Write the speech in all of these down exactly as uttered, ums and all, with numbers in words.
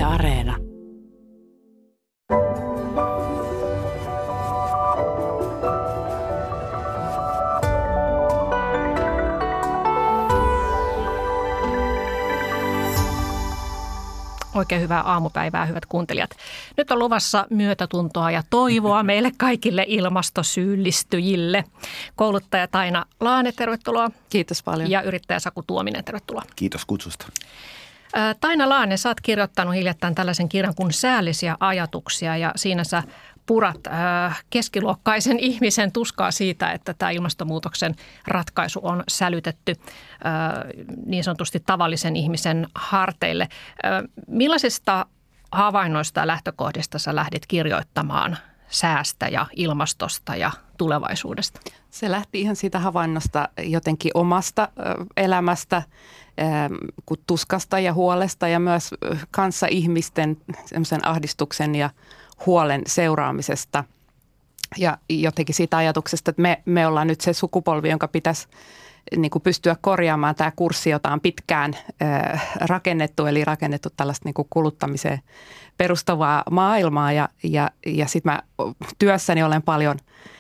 Areena. Oikein hyvää aamupäivää, hyvät kuuntelijat. Nyt on luvassa myötätuntoa ja toivoa meille kaikille ilmastosyyllistyjille. Kouluttaja Taina Laane, tervetuloa. Kiitos paljon. Ja yrittäjä Saku Tuominen, tervetuloa. Kiitos kutsusta. Taina Laane, sä oot kirjoittanut hiljattain tällaisen kirjan kuin Säällisiä ajatuksia ja siinä sä purat äh, keskiluokkaisen ihmisen tuskaa siitä, että tämä ilmastonmuutoksen ratkaisu on sälytetty äh, niin sanotusti tavallisen ihmisen harteille. Äh, millaisista havainnoista ja lähtökohdista sä lähdit kirjoittamaan säästä ja ilmastosta ja tulevaisuudesta? Se lähti ihan siitä havainnosta jotenkin omasta elämästä, kun tuskasta ja huolesta ja myös kanssaihmisten semmoisen ahdistuksen ja huolen seuraamisesta ja jotenkin siitä ajatuksesta, että me, me ollaan nyt se sukupolvi, jonka pitäisi niin kuin pystyä korjaamaan tämä kurssi, jota on pitkään äh, rakennettu, eli rakennettu tällaista niin kuin kuluttamiseen perustavaa maailmaa ja, ja, ja sitten mä työssäni olen paljon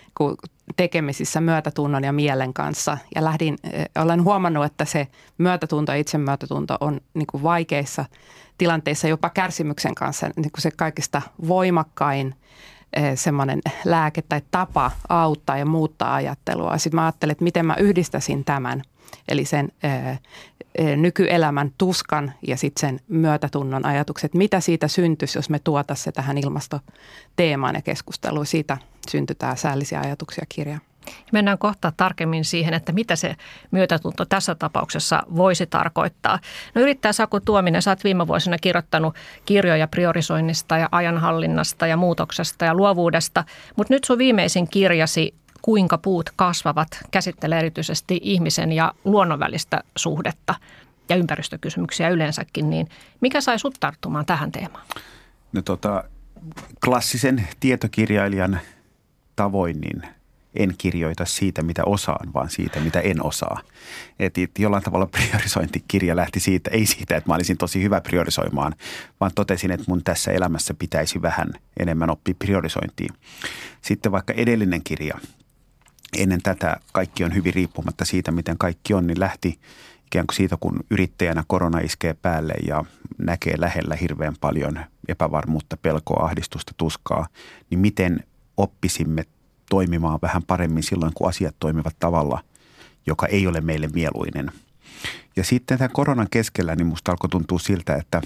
tekemisissä myötätunnon ja mielen kanssa ja lähdin, äh, olen huomannut, että se myötätunto ja itsemyötätunto on niin kuin vaikeissa tilanteissa jopa kärsimyksen kanssa niin kuin se kaikista voimakkain semmoinen lääke tai tapa auttaa ja muuttaa ajattelua. Sitten mä ajattelin, että miten mä yhdistäisin tämän, eli sen ää, nykyelämän tuskan ja sitten sen myötätunnon ajatukset. Mitä siitä syntyisi, jos me tuotaisiin se tähän ilmastoteemaan ja keskusteluun. Siitä syntyi tämä Säällisiä ajatuksia -kirja. Mennään kohta tarkemmin siihen, että mitä se myötätunto tässä tapauksessa voisi tarkoittaa. No yrittäjä Saku Tuominen, sä oot viime vuosina kirjoittanut kirjoja priorisoinnista ja ajanhallinnasta ja muutoksesta ja luovuudesta, mutta nyt sun viimeisin kirjasi Kuinka puut kasvavat käsittelee erityisesti ihmisen ja luonnon välistä suhdetta ja ympäristökysymyksiä yleensäkin, niin mikä sai sut tarttumaan tähän teemaan? No tota, klassisen tietokirjailijan tavoin niin en kirjoita siitä, mitä osaan, vaan siitä, mitä en osaa. Että jollain tavalla priorisointikirja lähti siitä, ei siitä, että mä olisin tosi hyvä priorisoimaan, vaan totesin, että mun tässä elämässä pitäisi vähän enemmän oppia priorisointiin. Sitten vaikka edellinen kirja, ennen tätä Kaikki on hyvin riippumatta siitä, miten kaikki on, niin lähti ikään kuin siitä, kun yrittäjänä korona iskee päälle ja näkee lähellä hirveän paljon epävarmuutta, pelkoa, ahdistusta, tuskaa, niin miten oppisimme toimimaan vähän paremmin silloin, kun asiat toimivat tavalla, joka ei ole meille mieluinen. Ja sitten tämän koronan keskellä, niin musta alkoi tuntua siltä, että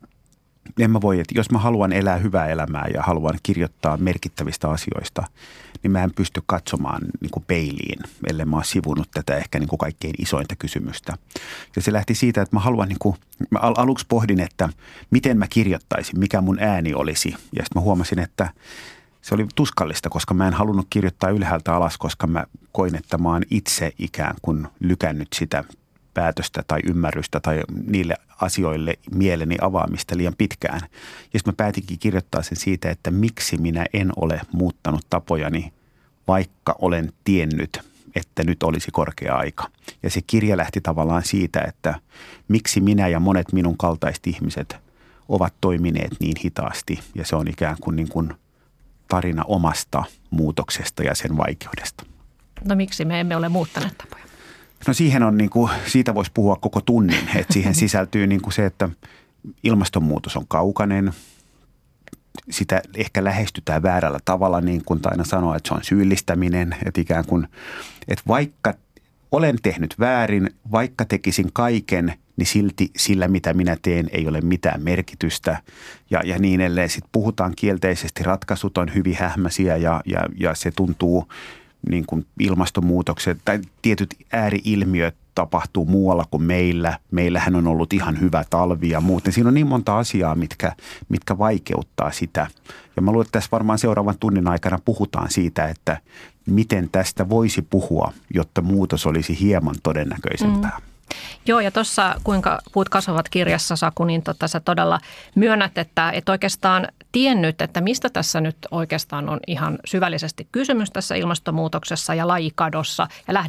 en mä voi, että jos mä haluan elää hyvää elämää ja haluan kirjoittaa merkittävistä asioista, niin mä en pysty katsomaan niin kuin peiliin, ellei mä oon sivunut tätä ehkä niin kuin kaikkein isointa kysymystä. Ja se lähti siitä, että mä haluan, niin kuin, mä aluksi pohdin, että miten mä kirjoittaisin, mikä mun ääni olisi. Ja sitten mä huomasin, että se oli tuskallista, koska mä en halunnut kirjoittaa ylhäältä alas, koska mä koin, että mä oon itse ikään kuin lykännyt sitä päätöstä tai ymmärrystä tai niille asioille mieleni avaamista liian pitkään. Ja sitten mä päätinkin kirjoittaa sen siitä, että miksi minä en ole muuttanut tapojani, vaikka olen tiennyt, että nyt olisi korkea aika. Ja se kirja lähti tavallaan siitä, että miksi minä ja monet minun kaltaiset ihmiset ovat toimineet niin hitaasti. Ja se on ikään kuin, niin kuin tarina omasta muutoksesta ja sen vaikeudesta. No miksi me emme ole muuttaneet tapoja? No siihen on niin kuin, siitä voisi puhua koko tunnin, että siihen sisältyy niin kuin se, että ilmastonmuutos on kaukainen. Sitä ehkä lähestytään väärällä tavalla, niin kuin Taina sanoo, että se on syyllistäminen. Että ikään kuin, että vaikka olen tehnyt väärin, vaikka tekisin kaiken, niin silti sillä, mitä minä teen, ei ole mitään merkitystä ja, ja niin edelleen. Sitten puhutaan kielteisesti, ratkaisut on hyvin hähmäisiä ja, ja, ja se tuntuu niin kuin ilmastonmuutokset tai tietyt ääriilmiöt tapahtuu muualla kuin meillä. Meillähän on ollut ihan hyvä talvi ja muuten. Siinä on niin monta asiaa, mitkä, mitkä vaikeuttaa sitä. Ja mä luulen, että tässä varmaan seuraavan tunnin aikana puhutaan siitä, että miten tästä voisi puhua, jotta muutos olisi hieman todennäköisempää. Mm. Joo, ja tuossa Kuinka puut kasvavat -kirjassa, Saku, niin tota, sä todella myönnät, että et oikeastaan tiennyt, että mistä tässä nyt oikeastaan on ihan syvällisesti kysymys tässä ilmastonmuutoksessa ja lajikadossa. Ja lähdit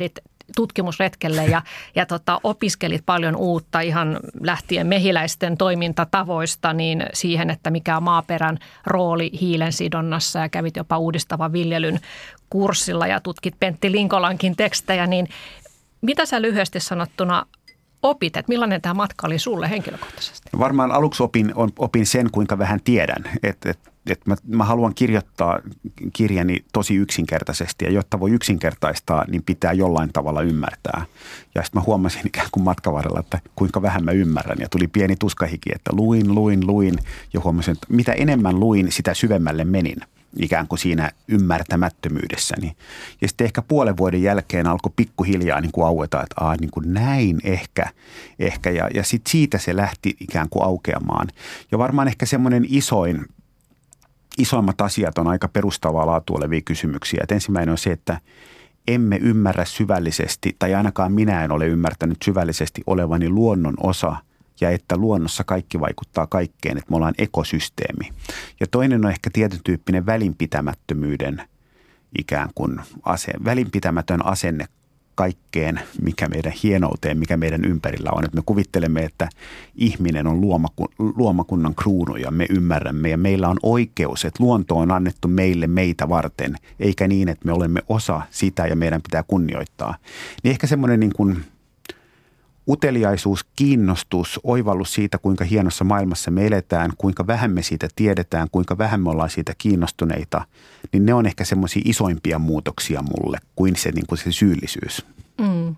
tutkimusretkelle ja, ja tota, opiskelit paljon uutta ihan lähtien mehiläisten toimintatavoista niin siihen, että mikä on maaperän rooli hiilen sidonnassa ja kävit jopa uudistavan viljelyn kurssilla ja tutkit Pentti Linkolankin tekstejä, niin mitä sä lyhyesti sanottuna opit, että millainen tämä matka oli sulle henkilökohtaisesti? Varmaan aluksi opin, opin sen, kuinka vähän tiedän. Että et, et mä, mä haluan kirjoittaa kirjani tosi yksinkertaisesti ja jotta voi yksinkertaistaa, niin pitää jollain tavalla ymmärtää. Ja sitten mä huomasin ikään kuin matkan varrella, että kuinka vähän mä ymmärrän ja tuli pieni tuskahiki, että luin, luin, luin ja huomasin, että mitä enemmän luin, sitä syvemmälle menin. Ikään kuin siinä ymmärtämättömyydessäni. Ja sitten ehkä puolen vuoden jälkeen alkoi pikkuhiljaa niin kuin aueta, että aa, niin kuin näin ehkä. ehkä. Ja, ja sitten siitä se lähti ikään kuin aukeamaan. Ja varmaan ehkä semmoinen isoin, isoimmat asiat on aika perustavaa laatua olevia kysymyksiä. Et ensimmäinen on se, että emme ymmärrä syvällisesti, tai ainakaan minä en ole ymmärtänyt syvällisesti olevani luonnon osa, ja että luonnossa kaikki vaikuttaa kaikkeen, että me ollaan ekosysteemi. Ja toinen on ehkä tietyn tyyppinen välinpitämättömyyden ikään kuin ase, välinpitämätön asenne kaikkeen, mikä meidän hienouteen, mikä meidän ympärillä on. Että me kuvittelemme, että ihminen on luomakun, luomakunnan kruunu ja me ymmärrämme ja meillä on oikeus, että luonto on annettu meille meitä varten, eikä niin, että me olemme osa sitä ja meidän pitää kunnioittaa. Niin ehkä semmoinen niin kuin uteliaisuus, kiinnostus, oivallus siitä, kuinka hienossa maailmassa me eletään, kuinka vähän me siitä tiedetään, kuinka vähän me ollaan siitä kiinnostuneita, niin ne on ehkä semmoisia isoimpia muutoksia mulle kuin se, niin kuin se syyllisyys. Mm.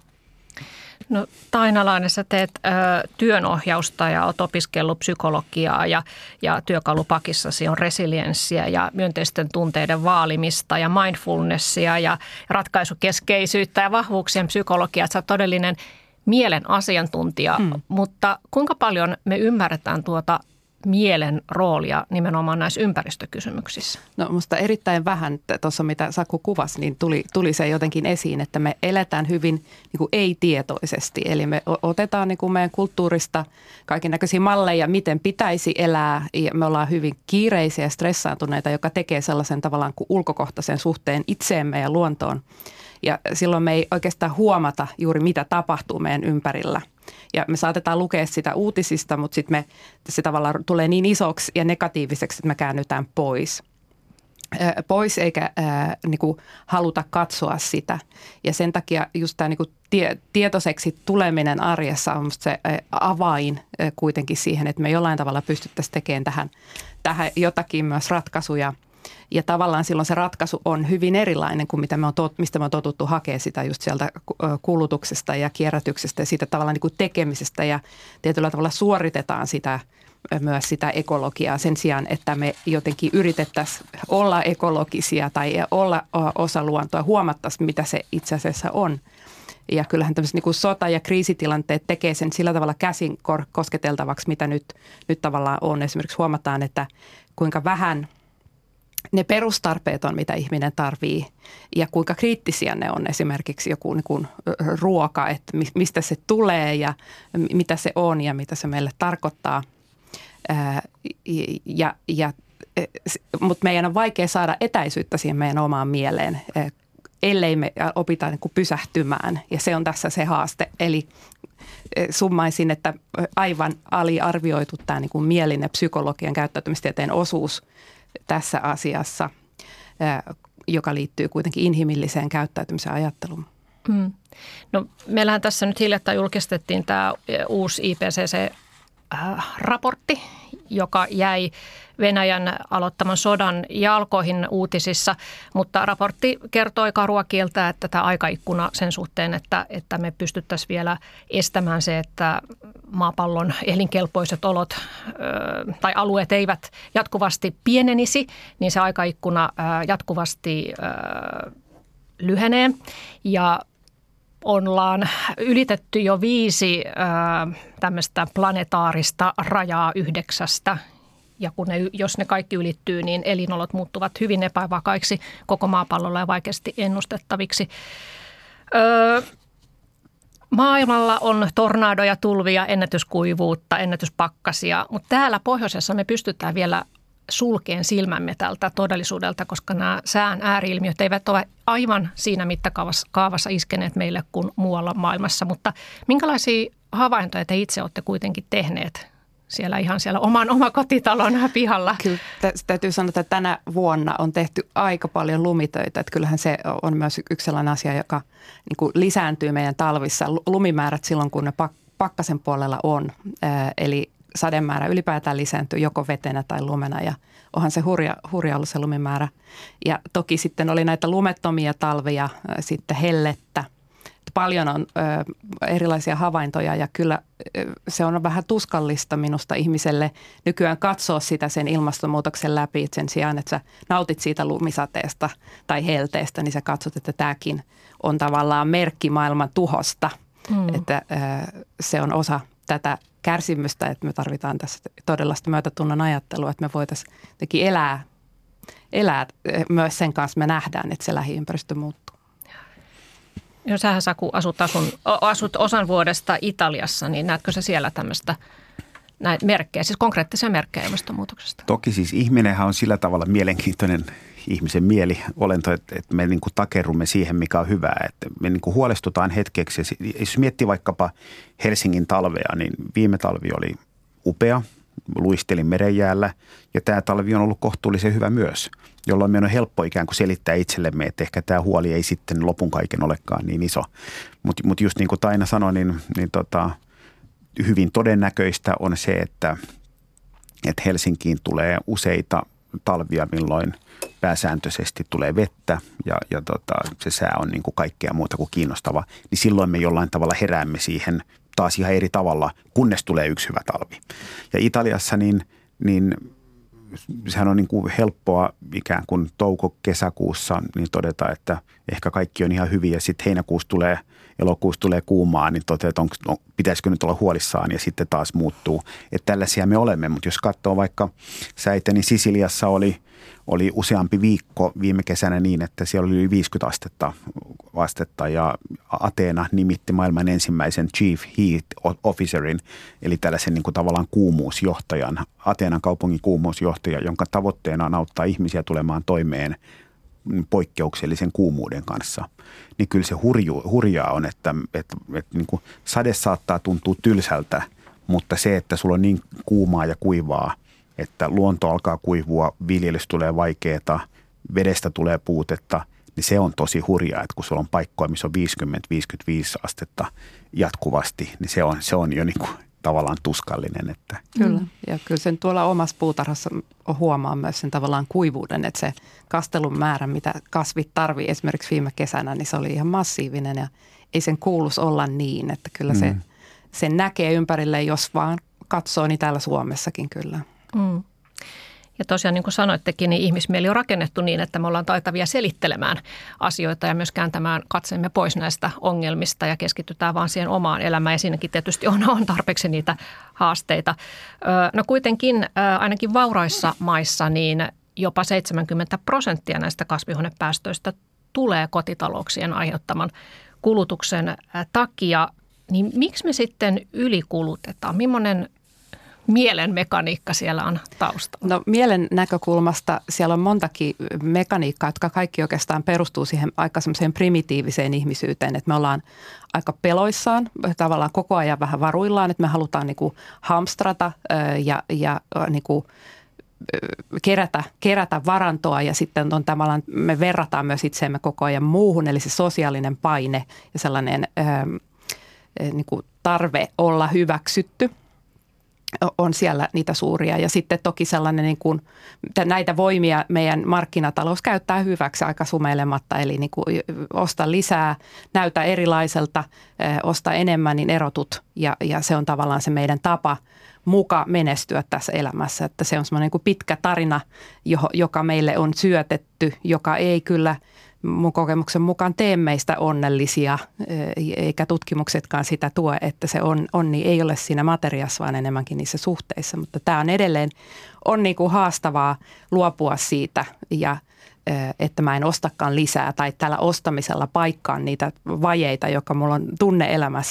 No Taina Laane, sä teet ö, työnohjausta ja oot opiskellut psykologiaa ja, ja työkalupakissasi on resilienssiä ja myönteisten tunteiden vaalimista ja mindfulnessia ja ratkaisukeskeisyyttä ja vahvuuksien psykologiaa. Sä oot todellinen mielen asiantuntija, mm. mutta kuinka paljon me ymmärretään tuota mielen roolia nimenomaan näissä ympäristökysymyksissä? No musta erittäin vähän tuossa, mitä Saku kuvasi, niin tuli, tuli se jotenkin esiin, että me eletään hyvin niin kuin ei-tietoisesti. Eli me otetaan niin kuin meidän kulttuurista kaikennäköisiä malleja, miten pitäisi elää, ja me ollaan hyvin kiireisiä ja stressaantuneita, joka tekee sellaisen tavallaan kuin ulkokohtaisen suhteen itseemme ja luontoon. Ja silloin me ei oikeastaan huomata juuri, mitä tapahtuu meidän ympärillä. Ja me saatetaan lukea sitä uutisista, mutta sitten me, se tavallaan tulee niin isoksi ja negatiiviseksi, että me käännytään pois. Ää, pois eikä ää, niinku, haluta katsoa sitä. Ja sen takia just tämä niinku, tie, tietoiseksi tuleminen arjessa on se ää, avain ää, kuitenkin siihen, että me jollain tavalla pystyttäisiin tekemään tähän, tähän jotakin myös ratkaisuja. Ja tavallaan silloin se ratkaisu on hyvin erilainen kuin mitä me on tot, mistä me on totuttu hakemaan sitä just sieltä kulutuksesta ja kierrätyksestä ja siitä tavallaan niin kuin tekemisestä. Ja tietyllä tavalla suoritetaan sitä, myös sitä ekologiaa sen sijaan, että me jotenkin yritettäisiin olla ekologisia tai olla osa luontoa, huomattaisiin mitä se itse asiassa on. Ja kyllähän tämmöiset niin kuin sota- ja kriisitilanteet tekee sen sillä tavalla käsin kosketeltavaksi, mitä nyt, nyt tavallaan on. Esimerkiksi huomataan, että kuinka vähän ne perustarpeet on, mitä ihminen tarvii ja kuinka kriittisiä ne on esimerkiksi joku niin kuin ruoka, että mistä se tulee ja mitä se on ja mitä se meille tarkoittaa. Ja, ja, mutta meidän on vaikea saada etäisyyttä siihen meidän omaan mieleen, ellei me opita niin kuin pysähtymään ja se on tässä se haaste. Eli summaisin, että aivan aliarvioitu tämä niin kuin mielin ja psykologian käyttäytymistieteen osuus tässä asiassa, joka liittyy kuitenkin inhimilliseen käyttäytymisen ajatteluun. Mm. No, meillähän tässä nyt hiljattain julkistettiin tämä uusi I P C C-raportti, joka jäi Venäjän aloittaman sodan jalkoihin uutisissa, mutta raportti kertoi karua kieltä, että tämä aikaikkuna sen suhteen, että, että me pystyttäisiin vielä estämään se, että maapallon elinkelpoiset olot ö, tai alueet eivät jatkuvasti pienenisi, niin se aikaikkuna ö, jatkuvasti ö, lyhenee ja ollaan ylitetty jo viisi ö, tämmöistä planetaarista rajaa yhdeksästä. Ja kun ne, jos ne kaikki ylittyy, niin elinolot muuttuvat hyvin epävakaiksi koko maapallolla ja vaikeasti ennustettaviksi. Öö, maailmalla on tornadoja, tulvia, ennätyskuivuutta, ennätyspakkasia, mutta täällä pohjoisessa me pystytään vielä sulkeen silmämme tältä todellisuudelta, koska nämä sään ääriilmiöt eivät ole aivan siinä mittakaavassa iskeneet meille kuin muualla maailmassa. Mutta minkälaisia havaintoja te itse olette kuitenkin tehneet siellä ihan siellä oman omakotitalon pihalla? Kyllä täytyy sanoa, että tänä vuonna on tehty aika paljon lumitöitä. Että kyllähän se on myös yksi sellainen asia, joka niin kuin lisääntyy meidän talvissa. Lumimäärät silloin, kun ne pakkasen puolella on. Eli sademäärä ylipäätään lisääntyy joko vetenä tai lumena ja onhan se hurja, hurja ollut se lumimäärä. Ja toki sitten oli näitä lumettomia talvia, sitten hellettä. Paljon on ö, erilaisia havaintoja ja kyllä ö, se on vähän tuskallista minusta ihmiselle nykyään katsoa sitä sen ilmastonmuutoksen läpi. Et sen sijaan, että sä nautit siitä lumisateesta tai helteestä, niin sä katsot, että tämäkin on tavallaan merkki maailman tuhosta. Mm. Että ö, se on osa tätä kärsimystä, että me tarvitaan tässä todella sitä myötätunnon ajattelua, että me voitaisiin jotenkin elää, elää myös sen kanssa, me nähdään, että se lähiympäristö muuttuu. Jos sähän Saku asut, asun, asut osan vuodesta Italiassa, niin näetkö sä siellä tämmöistä näitä merkkejä, siis konkreettisia merkkejä ilmastonmuutoksesta? Toki siis ihminenhän on sillä tavalla mielenkiintoinen ihmisen mieliolento, että, että me niin kuin takerrumme siihen, mikä on hyvää. Että me niin kuin huolestutaan hetkeksi. Jos miettii vaikkapa Helsingin talvea, niin viime talvi oli upea, luistelin merenjäällä ja tämä talvi on ollut kohtuullisen hyvä myös, jolloin meidän on helppo ikään kuin selittää itsellemme, että ehkä tämä huoli ei sitten lopun kaiken olekaan niin iso. Mutta mut just niin kuin Taina sanoi, niin, niin tota, hyvin todennäköistä on se, että, että Helsinkiin tulee useita talvia, milloin pääsääntöisesti tulee vettä ja, ja tota, se sää on niin kuin kaikkea muuta kuin kiinnostava, niin silloin me jollain tavalla heräämme siihen taas ihan eri tavalla, kunnes tulee yksi hyvä talvi. Ja Italiassa niin, niin sehän on niin kuin helppoa ikään kuin touko-kesäkuussa niin todeta, että ehkä kaikki on ihan hyvin ja sitten heinäkuussa tulee, elokuussa tulee kuumaa, niin toteaa, että onko, on, pitäisikö nyt olla huolissaan ja sitten taas muuttuu. Että tällaisia me olemme, mutta jos katsoo vaikka säitä, niin Sisiliassa oli, oli useampi viikko viime kesänä niin, että siellä oli yli viisikymmentä astetta, astetta ja Ateena nimitti maailman ensimmäisen Chief Heat Officerin, eli tällaisen niin kuin tavallaan kuumuusjohtajan, Ateenan kaupungin kuumuusjohtaja, jonka tavoitteena on auttaa ihmisiä tulemaan toimeen poikkeuksellisen kuumuuden kanssa. Niin kyllä se hurju, hurjaa on, että, että, että niin kuin sade saattaa tuntua tylsältä, mutta se, että sulla on niin kuumaa ja kuivaa, että luonto alkaa kuivua, viljelys tulee vaikeaa, vedestä tulee puutetta, niin se on tosi hurjaa, että kun sulla on paikkoja, missä on viisikymmentä viisikymmentäviisi astetta jatkuvasti, niin se on, se on jo niin kuin tavallaan tuskallinen. Että. Kyllä, ja kyllä sen tuolla omassa puutarhassa huomaa myös sen tavallaan kuivuuden, että se kastelun määrä, mitä kasvit tarvii esimerkiksi viime kesänä, niin se oli ihan massiivinen ja ei sen kuulus olla niin, että kyllä se, mm. sen näkee ympärille, jos vaan katsoo, niin täällä Suomessakin kyllä. Mm. Ja tosiaan niin kuin sanoittekin, niin ihmismieli on rakennettu niin, että me ollaan taitavia selittelemään asioita ja myös kääntämään katseemme pois näistä ongelmista ja keskitytään vaan siihen omaan elämään. Ja siinäkin tietysti on, on tarpeeksi niitä haasteita. No kuitenkin ainakin vauraissa maissa niin jopa seitsemänkymmentä prosenttia näistä kasvihuonepäästöistä tulee kotitalouksien aiheuttaman kulutuksen takia. Niin miksi me sitten ylikulutetaan? Millainen mielen mekaniikka siellä on taustalla? No mielen näkökulmasta siellä on montakin mekaniikkaa, jotka kaikki oikeastaan perustuu siihen aika semmoiseen primitiiviseen ihmisyyteen, että me ollaan aika peloissaan, tavallaan koko ajan vähän varuillaan, että me halutaan niinku hamstrata ja, ja niinku kerätä, kerätä varantoa ja sitten on tavallaan, me verrataan myös itseämme koko ajan muuhun, eli se sosiaalinen paine ja sellainen ää, niinku tarve olla hyväksytty on siellä niitä suuria. Ja sitten toki sellainen, niin kuin, näitä voimia meidän markkinatalous käyttää hyväksi aika sumeilematta. Eli niin kuin, osta lisää, näytä erilaiselta, osta enemmän, niin erotut. Ja, ja se on tavallaan se meidän tapa muka menestyä tässä elämässä. Että se on semmoinen niin kuin pitkä tarina, joka meille on syötetty, joka ei kyllä mun kokemuksen mukaan tee meistä onnellisia, eikä tutkimuksetkaan sitä tue, että se on, onni ei ole siinä materiassa, vaan enemmänkin niissä suhteissa. Mutta tämä on edelleen, on niin kuin haastavaa luopua siitä ja että mä en ostakaan lisää tai tällä ostamisella paikkaan niitä vajeita, joka mulla on tunne-elämässä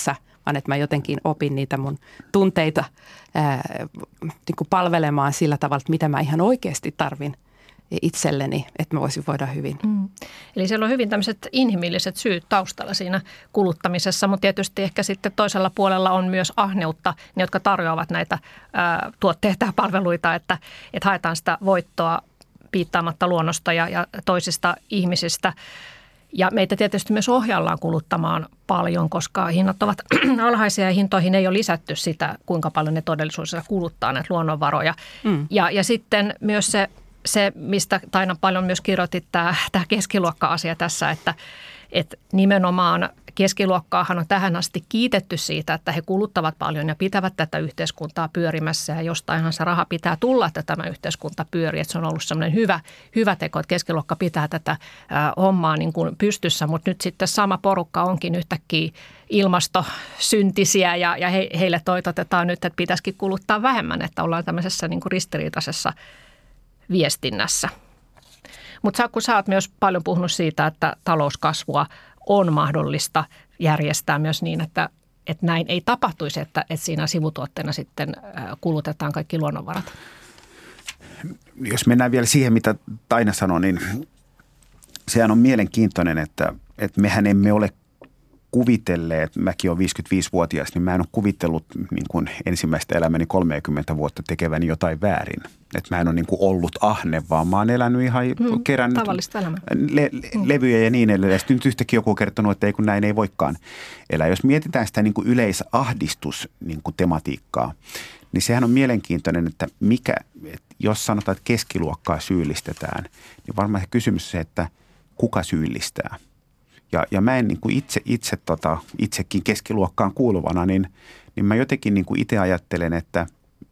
vaan että mä jotenkin opin niitä mun tunteita ää, niin kuin palvelemaan sillä tavalla, että mitä mä ihan oikeasti tarvin itselleni, että mä voisin voida hyvin. Mm. Eli siellä on hyvin tämmöiset inhimilliset syyt taustalla siinä kuluttamisessa, mutta tietysti ehkä sitten toisella puolella on myös ahneutta, ne jotka tarjoavat näitä ää, tuotteita ja palveluita, että, että haetaan sitä voittoa piittaamatta luonnosta ja, ja toisista ihmisistä. Ja meitä tietysti myös ohjaillaan kuluttamaan paljon, koska hinnat ovat alhaisia ja hintoihin ei ole lisätty sitä, kuinka paljon ne todellisuudessa kuluttaa näitä luonnonvaroja. Mm. Ja, ja sitten myös se Se, mistä Taina paljon myös kirjoitit, tämä, tämä keskiluokka-asia tässä, että, että nimenomaan keskiluokkaahan on tähän asti kiitetty siitä, että he kuluttavat paljon ja pitävät tätä yhteiskuntaa pyörimässä. Ja jostainhan se raha pitää tulla, että tämä yhteiskunta pyörii. Että se on ollut sellainen hyvä, hyvä teko, että keskiluokka pitää tätä äh, hommaa niin kuin pystyssä. Mutta nyt sitten sama porukka onkin yhtäkkiä ilmastosyntisiä ja, ja he, heille toitotetaan nyt, että pitäisikin kuluttaa vähemmän, että ollaan tämmöisessä niin kuin ristiriitaisessa viestinnässä. Mutta kun sä oot myös paljon puhunut siitä, että talouskasvua on mahdollista järjestää myös niin, että, että näin ei tapahtuisi, että, että siinä sivutuotteena sitten kulutetaan kaikki luonnonvarat. Jos mennään vielä siihen, mitä Taina sanoi, niin sehän on mielenkiintoinen, että, että mehän emme ole kuvitelleet, mäkin olen viisikymmentäviisivuotias, niin mä en ole kuvitellut niin kuin ensimmäistä elämäni kolmekymmentä vuotta tekeväni jotain väärin. Että mä en ole niin kuin ollut ahne, vaan mä oon elänyt ihan hmm, kerännyt le- le- levyjä ja niin edelleen. Sitten nyt yhtäkkiä joku on kertonut, että ei kun näin ei voikaan elää. Jos mietitään sitä niin kuin yleisahdistus niin kuin tematiikkaa, niin sehän on mielenkiintoinen, että mikä, että jos sanotaan, että keskiluokkaa syyllistetään, niin varmaan se kysymys on se, että kuka syyllistää. Ja, ja mä en niin kuin itse, itse tota, itsekin keskiluokkaan kuuluvana, niin, niin mä jotenkin niin kuin itse ajattelen, että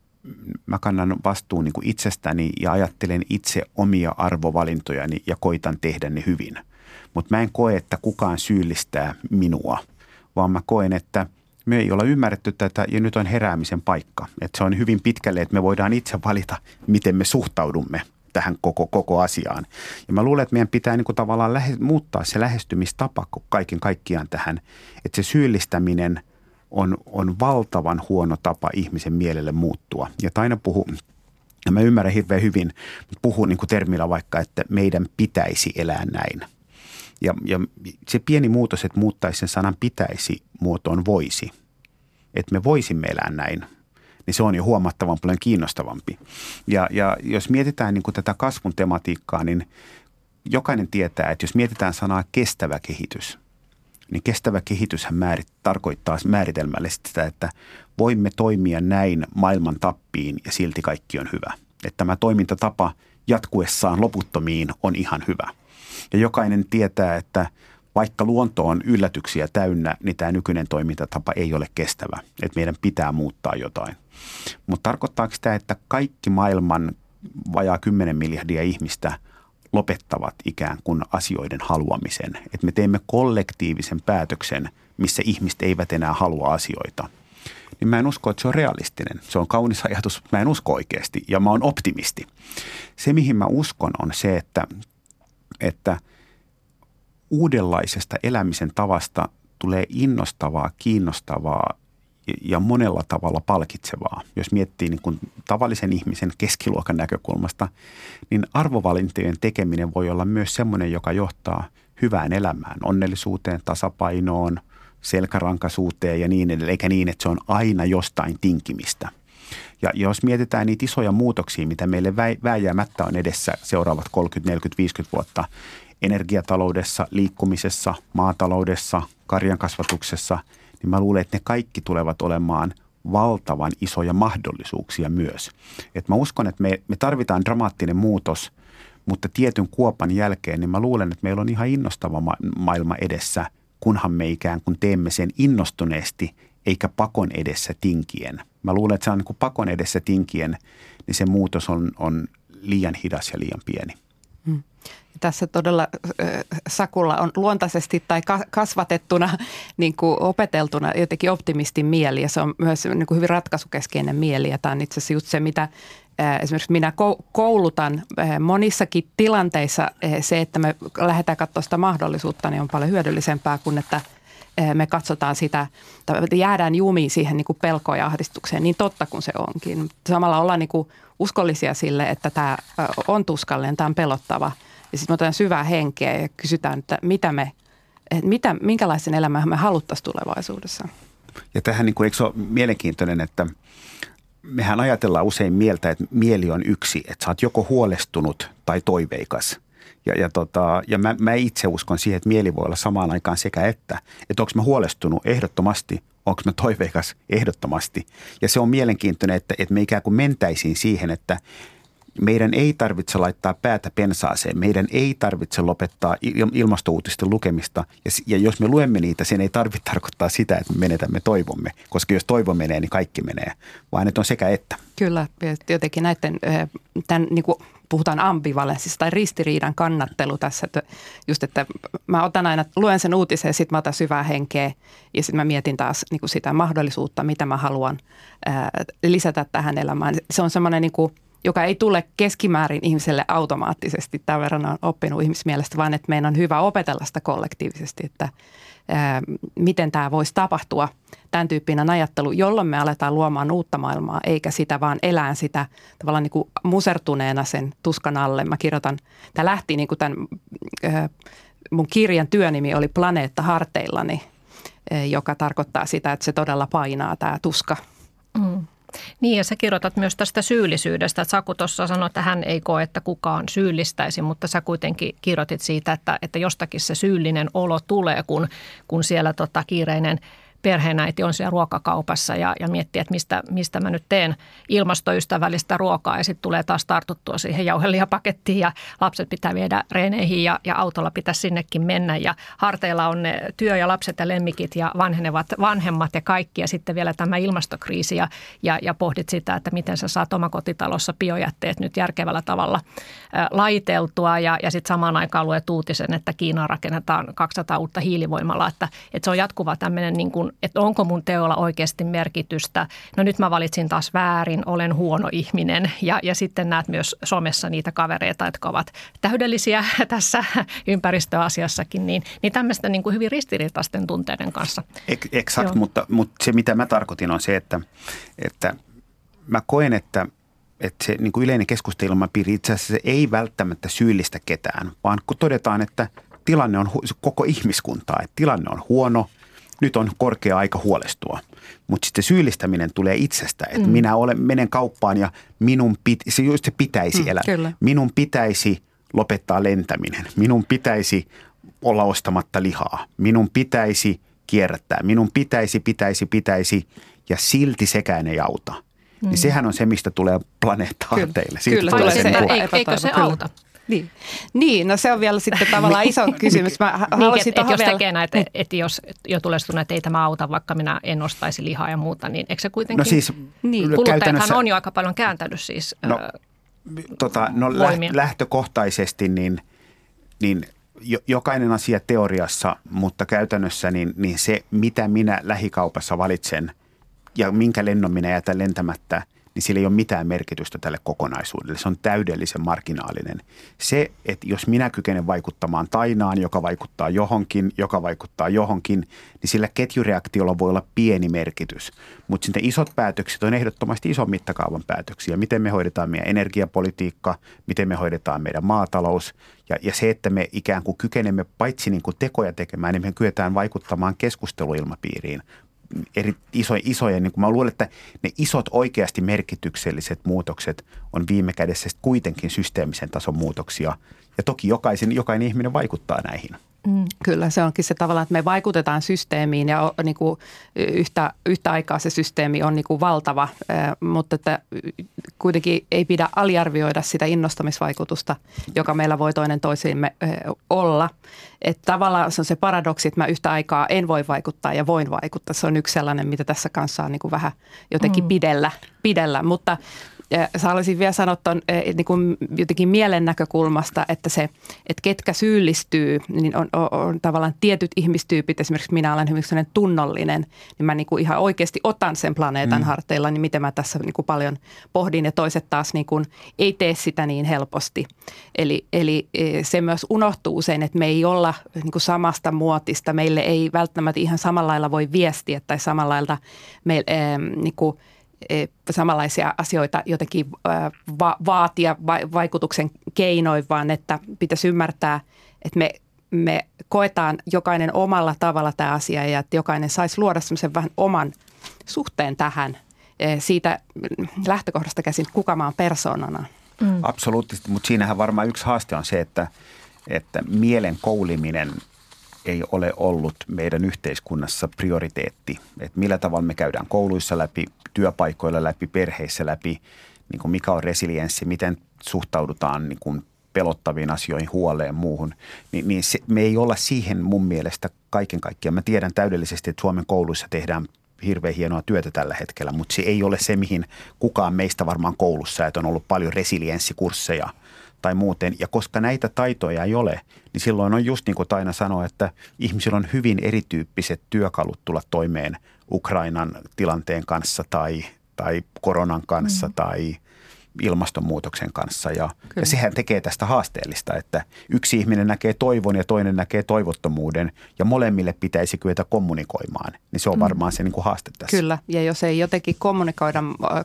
mä kannan vastuun niin kuin itsestäni ja ajattelen itse omia arvovalintojani ja koitan tehdä ne hyvin. Mutta mä en koe, että kukaan syyllistää minua, vaan mä koen, että me ei olla ymmärretty tätä ja nyt on heräämisen paikka. Että se on hyvin pitkälle, että me voidaan itse valita, miten me suhtaudumme tähän koko, koko asiaan. Ja mä luulen, että meidän pitää niin kuin tavallaan lähe, muuttaa se lähestymistapa kaiken kaikkiaan tähän, että se syyllistäminen on, on valtavan huono tapa ihmisen mielelle muuttua. Ja Taina puhuu, ja mä ymmärrän hirveän hyvin, mutta puhuu niin kuin termillä vaikka, että meidän pitäisi elää näin. Ja, ja se pieni muutos, että muuttaisi sen sanan pitäisi muotoon voisi, että me voisimme elää näin, niin se on jo huomattavan paljon kiinnostavampi. Ja, ja jos mietitään niin kuin tätä kasvun tematiikkaa, niin jokainen tietää, että jos mietitään sanaa kestävä kehitys, niin kestävä kehityshän määrit, tarkoittaa määritelmällisesti sitä, että voimme toimia näin maailman tappiin ja silti kaikki on hyvä. Että tämä toimintatapa jatkuessaan loputtomiin on ihan hyvä. Ja jokainen tietää, että vaikka luonto on yllätyksiä täynnä, niin tämä nykyinen toimintatapa ei ole kestävä. Että meidän pitää muuttaa jotain. Mutta tarkoittaako sitä, että kaikki maailman vajaa kymmenen miljardia ihmistä lopettavat ikään kuin asioiden haluamisen? Että me teemme kollektiivisen päätöksen, missä ihmiset eivät enää halua asioita. Niin mä en usko, että se on realistinen. Se on kaunis ajatus, mä en usko oikeasti ja mä oon optimisti. Se, mihin mä uskon, on se, että, että uudenlaisesta elämisen tavasta tulee innostavaa, kiinnostavaa ja monella tavalla palkitsevaa. Jos miettii niin kuin tavallisen ihmisen keskiluokan näkökulmasta, niin arvovalintojen tekeminen voi olla myös semmoinen, joka johtaa hyvään elämään, onnellisuuteen, tasapainoon, selkärankaisuuteen ja niin edelleen, eikä niin, että se on aina jostain tinkimistä. Ja jos mietitään niitä isoja muutoksia, mitä meille vääjäämättä on edessä seuraavat kolmekymmentä, neljäkymmentä, viisikymmentä vuotta energiataloudessa, liikkumisessa, maataloudessa, karjankasvatuksessa, niin mä luulen, että ne kaikki tulevat olemaan valtavan isoja mahdollisuuksia myös. Et mä uskon, että me, me tarvitaan dramaattinen muutos, mutta tietyn kuopan jälkeen, niin mä luulen, että meillä on ihan innostava ma- maailma edessä, kunhan me ikään kuin teemme sen innostuneesti, eikä pakon edessä tinkien. Mä luulen, että se on niin kuin pakon edessä tinkien, niin se muutos on, on liian hidas ja liian pieni. Hmm. Tässä todella äh, Sakulla on luontaisesti tai ka- kasvatettuna, niin kuin opeteltuna jotenkin optimistin mieli ja se on myös niin kuin hyvin ratkaisukeskeinen mieli ja tämä on itse asiassa just se, mitä äh, esimerkiksi minä koulutan äh, monissakin tilanteissa äh, se, että me lähdetään katsomaan sitä mahdollisuutta, niin on paljon hyödyllisempää kuin että me katsotaan sitä, että jäädään jumiin siihen niin kuin pelkoon ja ahdistukseen, niin totta kuin se onkin. Samalla ollaan niin kuin uskollisia sille, että tämä on tuskallinen, tämä on pelottava. Ja sitten me otetaan syvää henkeä ja kysytään, että mitä me, että mitä, minkälaisen elämän me haluttaisiin tulevaisuudessa. Ja tähän niin kuin, eikö se ole mielenkiintoinen, että mehän ajatellaan usein mieltä, että mieli on yksi, että sä oot joko huolestunut tai toiveikas. Ja, ja, tota, ja mä, mä itse uskon siihen, että mieli voi olla samaan aikaan sekä että. Että onko mä huolestunut ehdottomasti, onko mä toiveikas ehdottomasti. Ja se on mielenkiintoinen, että, että me ikään kuin mentäisiin siihen, että meidän ei tarvitse laittaa päätä pensaaseen. Meidän ei tarvitse lopettaa ilmastouutisten lukemista. Ja, ja jos me luemme niitä, sen ei tarvitse tarkoittaa sitä, että me menetämme toivomme. Koska jos toivo menee, niin kaikki menee. Vaan että on sekä että. Kyllä. Jotenkin näiden, tämän, niin kuin puhutaan ambivalenssista tai ristiriidan kannattelu tässä. Että just, että mä otan aina, luen sen uutisen ja sitten mä otan syvää henkeä. Ja sitten mä mietin taas niin kuin sitä mahdollisuutta, mitä mä haluan ää, lisätä tähän elämään. Se on semmoinen niin kuin joka ei tule keskimäärin ihmiselle automaattisesti. Tämän verran on oppinut ihmismielestä, vaan että meidän on hyvä opetella sitä kollektiivisesti, että ää, miten tämä voisi tapahtua, tämän tyyppinen ajattelu, jolloin me aletaan luomaan uutta maailmaa, eikä sitä vaan elään sitä tavallaan niin kuin musertuneena sen tuskan alle. Mä kirjoitan, tämä lähti niin kuin tämän, ää, mun kirjan työnimi oli Planeetta harteillani, ää, joka tarkoittaa sitä, että se todella painaa tämä tuska. Mm. Niin, ja sä kirjoitat myös tästä syyllisyydestä. Saku tuossa sanoi, että hän ei koe, että kukaan syyllistäisi, mutta sä kuitenkin kirjoitit siitä, että, että jostakin se syyllinen olo tulee, kun, kun siellä tota, kiireinen perheenäiti on siellä ruokakaupassa ja, ja miettii, että mistä, mistä mä nyt teen ilmastoystävällistä ruokaa ja sitten tulee taas tartuttua siihen jauhelihapakettiin ja lapset pitää viedä reeneihin ja, ja autolla pitäisi sinnekin mennä ja harteilla on ne työ ja lapset ja lemmikit ja vanhenevat vanhemmat ja kaikki ja sitten vielä tämä ilmastokriisi ja, ja, ja pohdit sitä, että miten sä saat omakotitalossa biojätteet nyt järkevällä tavalla ä, laiteltua ja, ja sitten samaan aikaan luet uutisen, että Kiinaan rakennetaan kaksisataa uutta hiilivoimalaa, että, että se on jatkuva tämmöinen niin kuin että onko mun teolla oikeasti merkitystä. No nyt mä valitsin taas väärin, olen huono ihminen ja, ja sitten näet myös somessa niitä kavereita, jotka ovat täydellisiä tässä ympäristöasiassakin, niin, niin tämmöistä niin kuin hyvin ristiriitaisten tunteiden kanssa. Exakt, mutta, mutta se mitä mä tarkoitin on se, että, että mä koen, että että se niin kuin yleinen keskusteluilmapiiri itse asiassa se ei välttämättä syyllistä ketään, vaan kun todetaan, että tilanne on koko ihmiskuntaa, että tilanne on huono, nyt on korkea aika huolestua, mutta sitten syyllistäminen tulee itsestä, että mm. minä olen, menen kauppaan ja minun pit, se just se pitäisi mm, elää. Kyllä. Minun pitäisi lopettaa lentäminen, minun pitäisi olla ostamatta lihaa, minun pitäisi kierrättää, minun pitäisi, pitäisi, pitäisi ja silti sekään ei auta. Mm. Niin sehän on se, mistä tulee planeetta harteille. Kyllä, tulee se, se, eikö se auta? Niin. niin, no se on vielä sitten tavallaan iso kysymys. Mä niin, että et jos tekee näitä, että et jos jo tulee sitä, että ei tämä auta, vaikka minä en ostaisi lihaa ja muuta, niin eikö se kuitenkin, no siis, niin. kuluttajathan on jo aika paljon kääntänyt siis no, äh, tota, no voimia. Lähtökohtaisesti niin, niin jokainen asia teoriassa, mutta käytännössä niin, niin se, mitä minä lähikaupassa valitsen ja minkä lennon minä jätän lentämättä, niin sillä ei ole mitään merkitystä tälle kokonaisuudelle. Se on täydellisen marginaalinen. Se, että jos minä kykenen vaikuttamaan tainaan, joka vaikuttaa johonkin, joka vaikuttaa johonkin, niin sillä ketjureaktiolla voi olla pieni merkitys. Mutta sitten isot päätökset on ehdottomasti ison mittakaavan päätöksiä. Miten me hoidetaan meidän energiapolitiikka, miten me hoidetaan meidän maatalous. Ja, ja se, että me ikään kuin kykenemme paitsi niin kuin tekoja tekemään, niin me kyetään vaikuttamaan keskusteluilmapiiriin. Eri iso, isoja, niin kuin mä luulen, että ne isot oikeasti merkitykselliset muutokset on viime kädessä kuitenkin systeemisen tason muutoksia. Ja toki jokaisen, jokainen ihminen vaikuttaa näihin. Mm. Kyllä, se onkin se tavallaan, että me vaikutetaan systeemiin ja niin kuin yhtä, yhtä aikaa se systeemi on niin kuin valtava, mutta että kuitenkin ei pidä aliarvioida sitä innostamisvaikutusta, joka meillä voi toinen toisiimme olla. Että tavallaan se on se paradoksi, että mä yhtä aikaa en voi vaikuttaa ja voin vaikuttaa. Se on yksi sellainen, mitä tässä kanssa on niin kuin vähän jotenkin mm. pidellä, pidellä. Mutta Ja haluaisin vielä sanoa ton, niin kuin jotenkin mielen näkökulmasta, että se, että ketkä syyllistyy, niin on, on, on tavallaan tietyt ihmistyypit, esimerkiksi minä olen hyvin sellainen tunnollinen, niin mä niin kuin ihan oikeasti otan sen planeetan mm. harteilla, niin miten mä tässä niin kuin paljon pohdin ja toiset taas niin kuin ei tee sitä niin helposti. Eli, eli se myös unohtuu usein, että me ei olla niin kuin samasta muotista, meille ei välttämättä ihan samalla lailla voi viestiä tai samalla lailla me, äh, niin kuin samanlaisia asioita jotenkin va- vaatia va- vaikutuksen keinoin, vaan että pitäisi ymmärtää, että me, me koetaan jokainen omalla tavalla tämä asia ja että jokainen saisi luoda semmoisen vähän oman suhteen tähän siitä lähtökohdasta käsin, kuka mä oon persoonana. Mm. Absoluuttisesti, mutta siinähän varmaan yksi haaste on se, että, että mielen kouliminen ei ole ollut meidän yhteiskunnassa prioriteetti. Että millä tavalla me käydään kouluissa läpi, työpaikoilla läpi, perheissä läpi, niin kuin mikä on resilienssi, miten suhtaudutaan niin kuin pelottaviin asioihin, huoleen, muuhun. Niin, niin se, me ei olla siihen mun mielestä kaiken kaikkiaan. Mä tiedän täydellisesti, että Suomen kouluissa tehdään hirveän hienoa työtä tällä hetkellä, mutta se ei ole se, mihin kukaan meistä varmaan koulussa, että on ollut paljon resilienssikursseja tai muuten. Ja koska näitä taitoja ei ole, niin silloin on just niin kuin Taina sanoi, että ihmisillä on hyvin erityyppiset työkalut tulla toimeen Ukrainan tilanteen kanssa tai, tai koronan kanssa mm. tai ilmastonmuutoksen kanssa. Ja, ja sehän tekee tästä haasteellista, että yksi ihminen näkee toivon ja toinen näkee toivottomuuden ja molemmille pitäisi kyetä kommunikoimaan. Niin se on varmaan mm. se niin kuin haaste tässä. Kyllä, ja jos ei jotenkin kommunikoida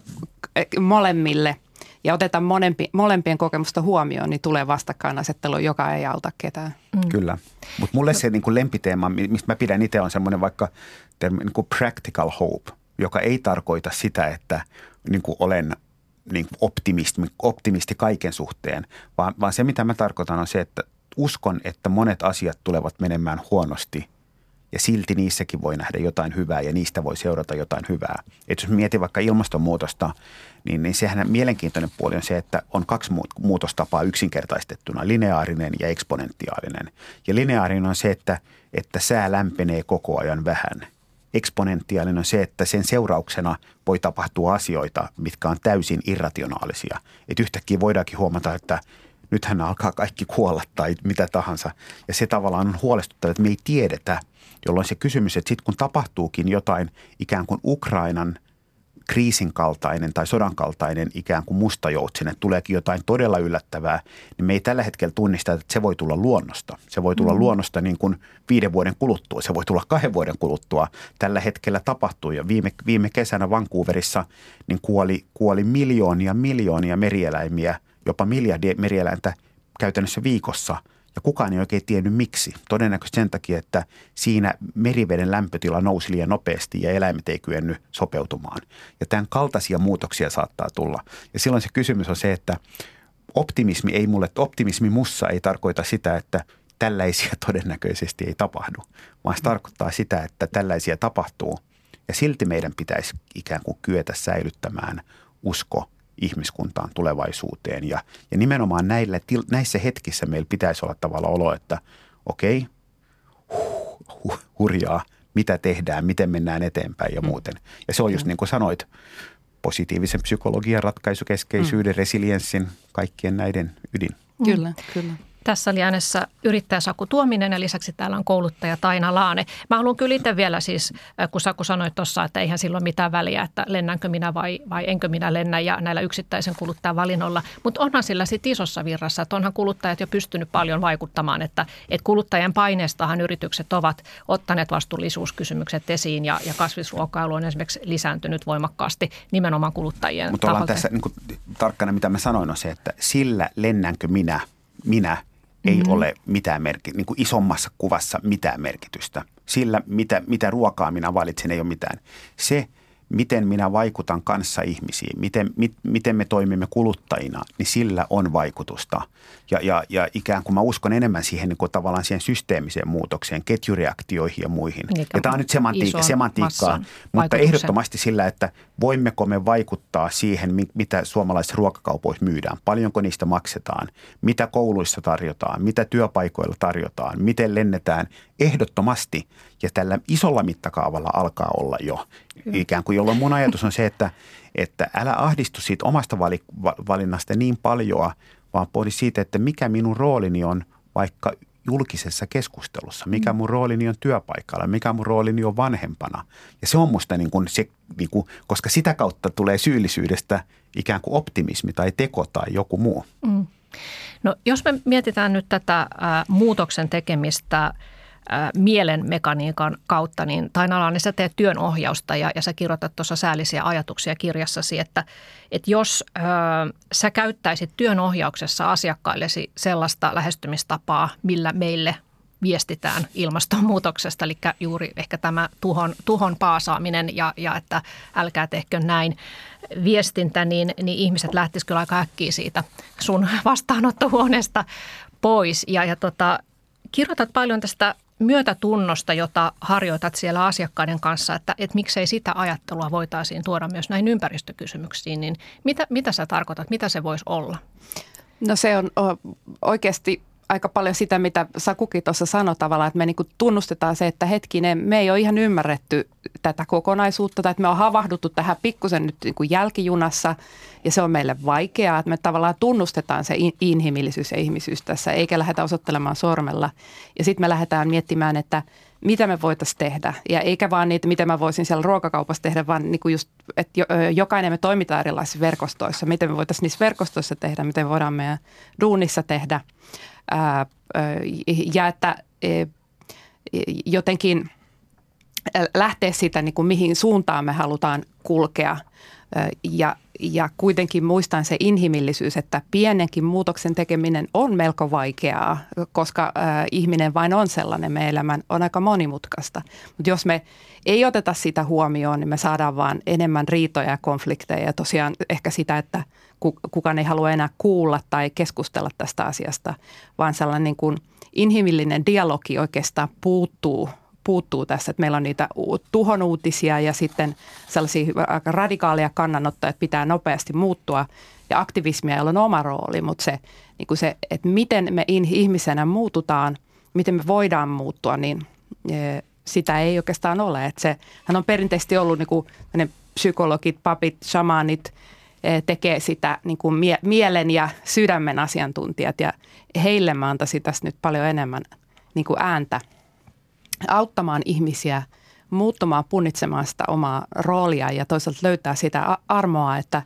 molemmille ja otetaan molempi, molempien kokemusta huomioon, niin tulee vastakkainasettelu, joka ei auta ketään. Mm. Kyllä, mutta mulle se niin kuin lempiteema, mistä mä pidän itse, on semmoinen vaikka termi, niin kuin practical hope, joka ei tarkoita sitä, että niin kuin olen niin kuin optimisti, optimisti kaiken suhteen, vaan, vaan se mitä mä tarkoitan on se, että uskon, että monet asiat tulevat menemään huonosti ja silti niissäkin voi nähdä jotain hyvää ja niistä voi seurata jotain hyvää. Et jos mietin vaikka ilmastonmuutosta, niin, niin sehän mielenkiintoinen puoli on se, että on kaksi muutostapaa yksinkertaistettuna, lineaarinen ja eksponentiaalinen. Ja lineaarinen on se, että, että sää lämpenee koko ajan vähän. Eksponentiaalinen on se, että sen seurauksena voi tapahtua asioita, mitkä on täysin irrationaalisia. Että yhtäkkiä voidaankin huomata, että nythän alkaa kaikki kuolla tai mitä tahansa. Ja se tavallaan on huolestuttavaa, että me ei tiedetä, jolloin se kysymys, että sitten kun tapahtuukin jotain ikään kuin Ukrainan kriisin kaltainen tai sodan kaltainen ikään kuin mustajoutsinen, tuleekin jotain todella yllättävää, niin me ei tällä hetkellä tunnista, että se voi tulla luonnosta. Se voi tulla mm. luonnosta niin kuin viiden vuoden kuluttua, se voi tulla kahden vuoden kuluttua. Tällä hetkellä tapahtuu ja viime, viime kesänä Vancouverissa niin kuoli, kuoli miljoonia miljoonia merieläimiä, jopa miljardia merieläintä käytännössä viikossa. Ja kukaan ei oikein tiennyt miksi. Todennäköisesti sen takia, että siinä meriveden lämpötila nousi liian nopeasti ja eläimet ei kyennyt sopeutumaan. Ja tämän kaltaisia muutoksia saattaa tulla. Ja silloin se kysymys on se, että optimismi ei mulle, optimismi mussa ei tarkoita sitä, että tällaisia todennäköisesti ei tapahdu, vaan se tarkoittaa sitä, että tällaisia tapahtuu. Ja silti meidän pitäisi ikään kuin kyetä säilyttämään usko ihmiskuntaan, tulevaisuuteen. Ja, ja nimenomaan näillä, näissä hetkissä meillä pitäisi olla tavallaan olo, että okei, huh, huh, hurjaa, mitä tehdään, miten mennään eteenpäin ja muuten. Ja se on just niin kuin sanoit, positiivisen psykologian, ratkaisukeskeisyyden, mm. resilienssin, kaikkien näiden ydin. Kyllä, kyllä. Tässä oli äänessä yrittäjä Saku Tuominen ja lisäksi täällä on kouluttaja Taina Laane. Mä haluan kyllä itse vielä siis, kun Saku sanoi tuossa, että eihän silloin mitään väliä, että lennänkö minä vai, vai enkö minä lennä ja näillä yksittäisen kuluttajan valinnoilla. Mutta onhan sillä sitten isossa virrassa, että onhan kuluttajat jo pystynyt paljon vaikuttamaan, että, että kuluttajien paineestahan yritykset ovat ottaneet vastuullisuuskysymykset esiin ja, ja kasvisruokailu on esimerkiksi lisääntynyt voimakkaasti nimenomaan kuluttajien Mutta ollaan tässä niin kuin, tarkkana, mitä mä sanoin, on se, että sillä lennänkö minä, minä ei mm-hmm. ole mitään merkitystä, niin kuin isommassa kuvassa mitään merkitystä. Sillä, mitä, mitä ruokaa minä valitsen, ei ole mitään. Se, miten minä vaikutan kanssa ihmisiin, miten, mit, miten me toimimme kuluttajina, niin sillä on vaikutusta. Ja, ja, ja ikään kuin mä uskon enemmän siihen niin kuin tavallaan siihen systeemiseen muutokseen, ketjureaktioihin ja muihin. Niin, ja tämä on nyt semantiikka, semantiikkaa, mutta ehdottomasti sillä, että voimmeko me vaikuttaa siihen, mitä suomalaisissa ruokakaupoissa myydään, paljonko niistä maksetaan, mitä kouluissa tarjotaan, mitä työpaikoilla tarjotaan, miten lennetään, ehdottomasti. Ja tällä isolla mittakaavalla alkaa olla jo Kyllä. ikään kuin jolloin mun ajatus on se, että, että älä ahdistu siitä omasta valinnasta niin paljon, vaan pohdi siitä, että mikä minun roolini on vaikka julkisessa keskustelussa, mikä mun roolini on työpaikalla, mikä mun roolini on vanhempana. Ja se on musta niin kuin se, niin kuin, koska sitä kautta tulee syyllisyydestä ikään kuin optimismi tai teko tai joku muu. Mm. No jos me mietitään nyt tätä äh, muutoksen tekemistä äh, mielen mekaniikan kautta, niin Taina Laane, sä teet työnohjausta ja, ja sä kirjoitat tuossa säällisiä ajatuksia kirjassasi, että, että jos äh, sä käyttäisit työnohjauksessa asiakkaillesi sellaista lähestymistapaa, millä meille viestitään ilmastonmuutoksesta, eli juuri ehkä tämä tuhon, tuhon paasaaminen ja, ja että älkää tehkö näin viestintä, niin, niin ihmiset lähtisivät kyllä aika äkkiä siitä sun vastaanottohuoneesta pois. Ja, ja tota, kirjoitat paljon tästä myötätunnosta, jota harjoitat siellä asiakkaiden kanssa, että, että miksei sitä ajattelua voitaisiin tuoda myös näihin ympäristökysymyksiin, niin mitä, mitä sä tarkoitat, mitä se voisi olla? No se on oikeasti aika paljon sitä, mitä Sakukin tuossa sanoi tavallaan, että me niin kuin tunnustetaan se, että hetkinen, me ei ole ihan ymmärretty tätä kokonaisuutta tai että me on havahduttu tähän pikkusen nyt niin kuin jälkijunassa ja se on meille vaikeaa, että me tavallaan tunnustetaan se inhimillisyys ja ihmisyys tässä eikä lähdetä osoittelemaan sormella ja sitten me lähdetään miettimään, että mitä me voitaisiin tehdä ja eikä vaan niitä, mitä mä voisin siellä ruokakaupassa tehdä, vaan niin kuin just, että jokainen me toimitaan erilaisissa verkostoissa, miten me voitaisiin niissä verkostoissa tehdä, miten me voidaan meidän duunissa tehdä. Ää, ja että jotenkin lähteä siitä, niin kuin mihin suuntaan me halutaan kulkea ja, ja kuitenkin muistan se inhimillisyys, että pienenkin muutoksen tekeminen on melko vaikeaa, koska ää, ihminen vain on sellainen, meidän elämän on aika monimutkaista. Mutta jos me ei oteta sitä huomioon, niin me saadaan vaan enemmän riitoja ja konflikteja ja tosiaan ehkä sitä, että kukaan ei halua enää kuulla tai keskustella tästä asiasta, vaan sellainen niin kuin inhimillinen dialogi oikeastaan puuttuu, puuttuu tässä, että meillä on niitä tuhon uutisia ja sitten sellaisia aika radikaaleja kannanottoja, että pitää nopeasti muuttua ja aktivismia, jolla on oma rooli, mutta se, niin kuin se että miten me ihmisenä muututaan, miten me voidaan muuttua, niin sitä ei oikeastaan ole. Että se, hän on perinteisesti ollut niin kuin psykologit, papit, shamanit, tekee sitä niin kuin mie- mielen ja sydämen asiantuntijat ja heille mä antaisin tässä nyt paljon enemmän niin kuin ääntä auttamaan ihmisiä muuttumaan, punnitsemaan sitä omaa roolia ja toisaalta löytää sitä armoa, että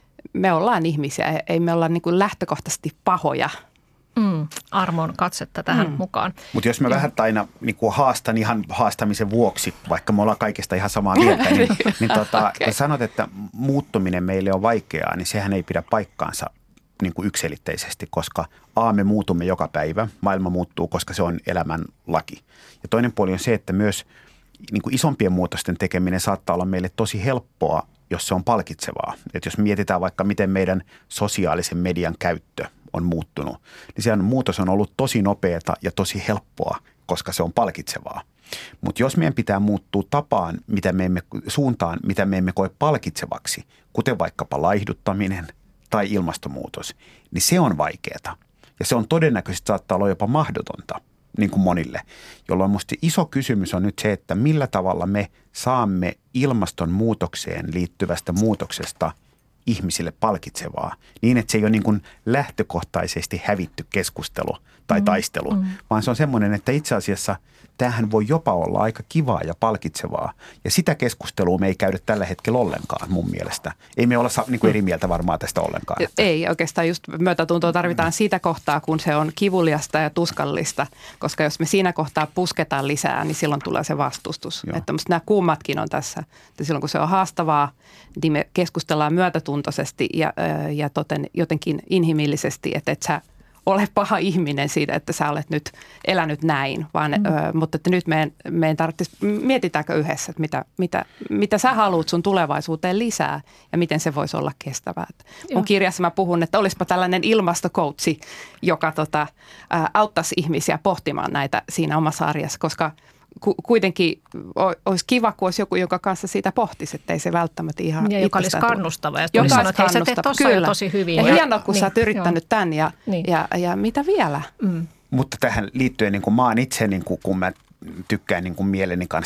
me ollaan ihmisiä, ei me olla niin kuin lähtökohtaisesti pahoja. Mm, armon katsetta tähän mm. mukaan. Mutta jos mä vähän aina niin kuin haastan ihan haastamisen vuoksi, vaikka me ollaan kaikesta ihan samaa mieltä, niin, niin tota, okay. sanot, että muuttuminen meille on vaikeaa, niin sehän ei pidä paikkaansa niin kuin yksiselitteisesti, koska A, me muutumme joka päivä, maailma muuttuu, koska se on elämän laki. Ja toinen puoli on se, että myös niin kuin isompien muutosten tekeminen saattaa olla meille tosi helppoa, jos se on palkitsevaa. Että jos mietitään vaikka, miten meidän sosiaalisen median käyttö on muuttunut, niin sehän muutos on ollut tosi nopeata ja tosi helppoa, koska se on palkitsevaa. Mutta jos meidän pitää muuttua tapaan, mitä me emme, suuntaan, mitä me emme koe palkitsevaksi, kuten vaikkapa laihduttaminen tai ilmastonmuutos, niin se on vaikeaa. Ja se on todennäköisesti saattaa olla jopa mahdotonta, niin kuin monille. Jolloin musta iso kysymys on nyt se, että millä tavalla me saamme ilmastonmuutokseen liittyvästä muutoksesta ihmisille palkitsevaa, niin että se ei ole niin kuin lähtökohtaisesti hävitty keskustelu tai mm, taistelu, mm. vaan se on semmoinen, että itse asiassa tämähän voi jopa olla aika kivaa ja palkitsevaa. Ja sitä keskustelua me ei käydä tällä hetkellä ollenkaan mun mielestä. Ei me olla niin kuin eri mieltä varmaan tästä ollenkaan. Että. Ei oikeastaan just myötätuntoa tarvitaan mm. sitä kohtaa, kun se on kivuliasta ja tuskallista, koska jos me siinä kohtaa pusketaan lisää, niin silloin tulee se vastustus. Joo. Että musta nämä kummatkin on tässä. Että silloin kun se on haastavaa, niin me keskustellaan myötätuntoisesti ja, ja toten, jotenkin inhimillisesti, että et sä ole paha ihminen siitä, että sä olet nyt elänyt näin, vaan, mm. ö, mutta että nyt meidän, meidän tarvitsisi, mietitäänkö yhdessä, että mitä, mitä, mitä sä haluat sun tulevaisuuteen lisää ja miten se voisi olla kestävää. Joo. Mun kirjassa mä puhun, että olisipa tällainen ilmastokoutsi, joka tota, ä, auttaisi ihmisiä pohtimaan näitä siinä omassa arjessa, koska kuitenkin olisi kiva, kun olisi joku, joka kanssa siitä pohtisi, että ei se välttämättä ihan ja joka olisi kannustava. Ja joka olisi kannustava. Että sä teet tuossa jo tosi hyvin. Ja, ja hienoa, kun niin, sä oot yrittänyt joo. tämän ja, niin. ja, ja mitä vielä. Mm. Mutta tähän liittyen, niin kuin mä oon itse, niin kuin, kun mä tykkään niin kuin mieleni kanssa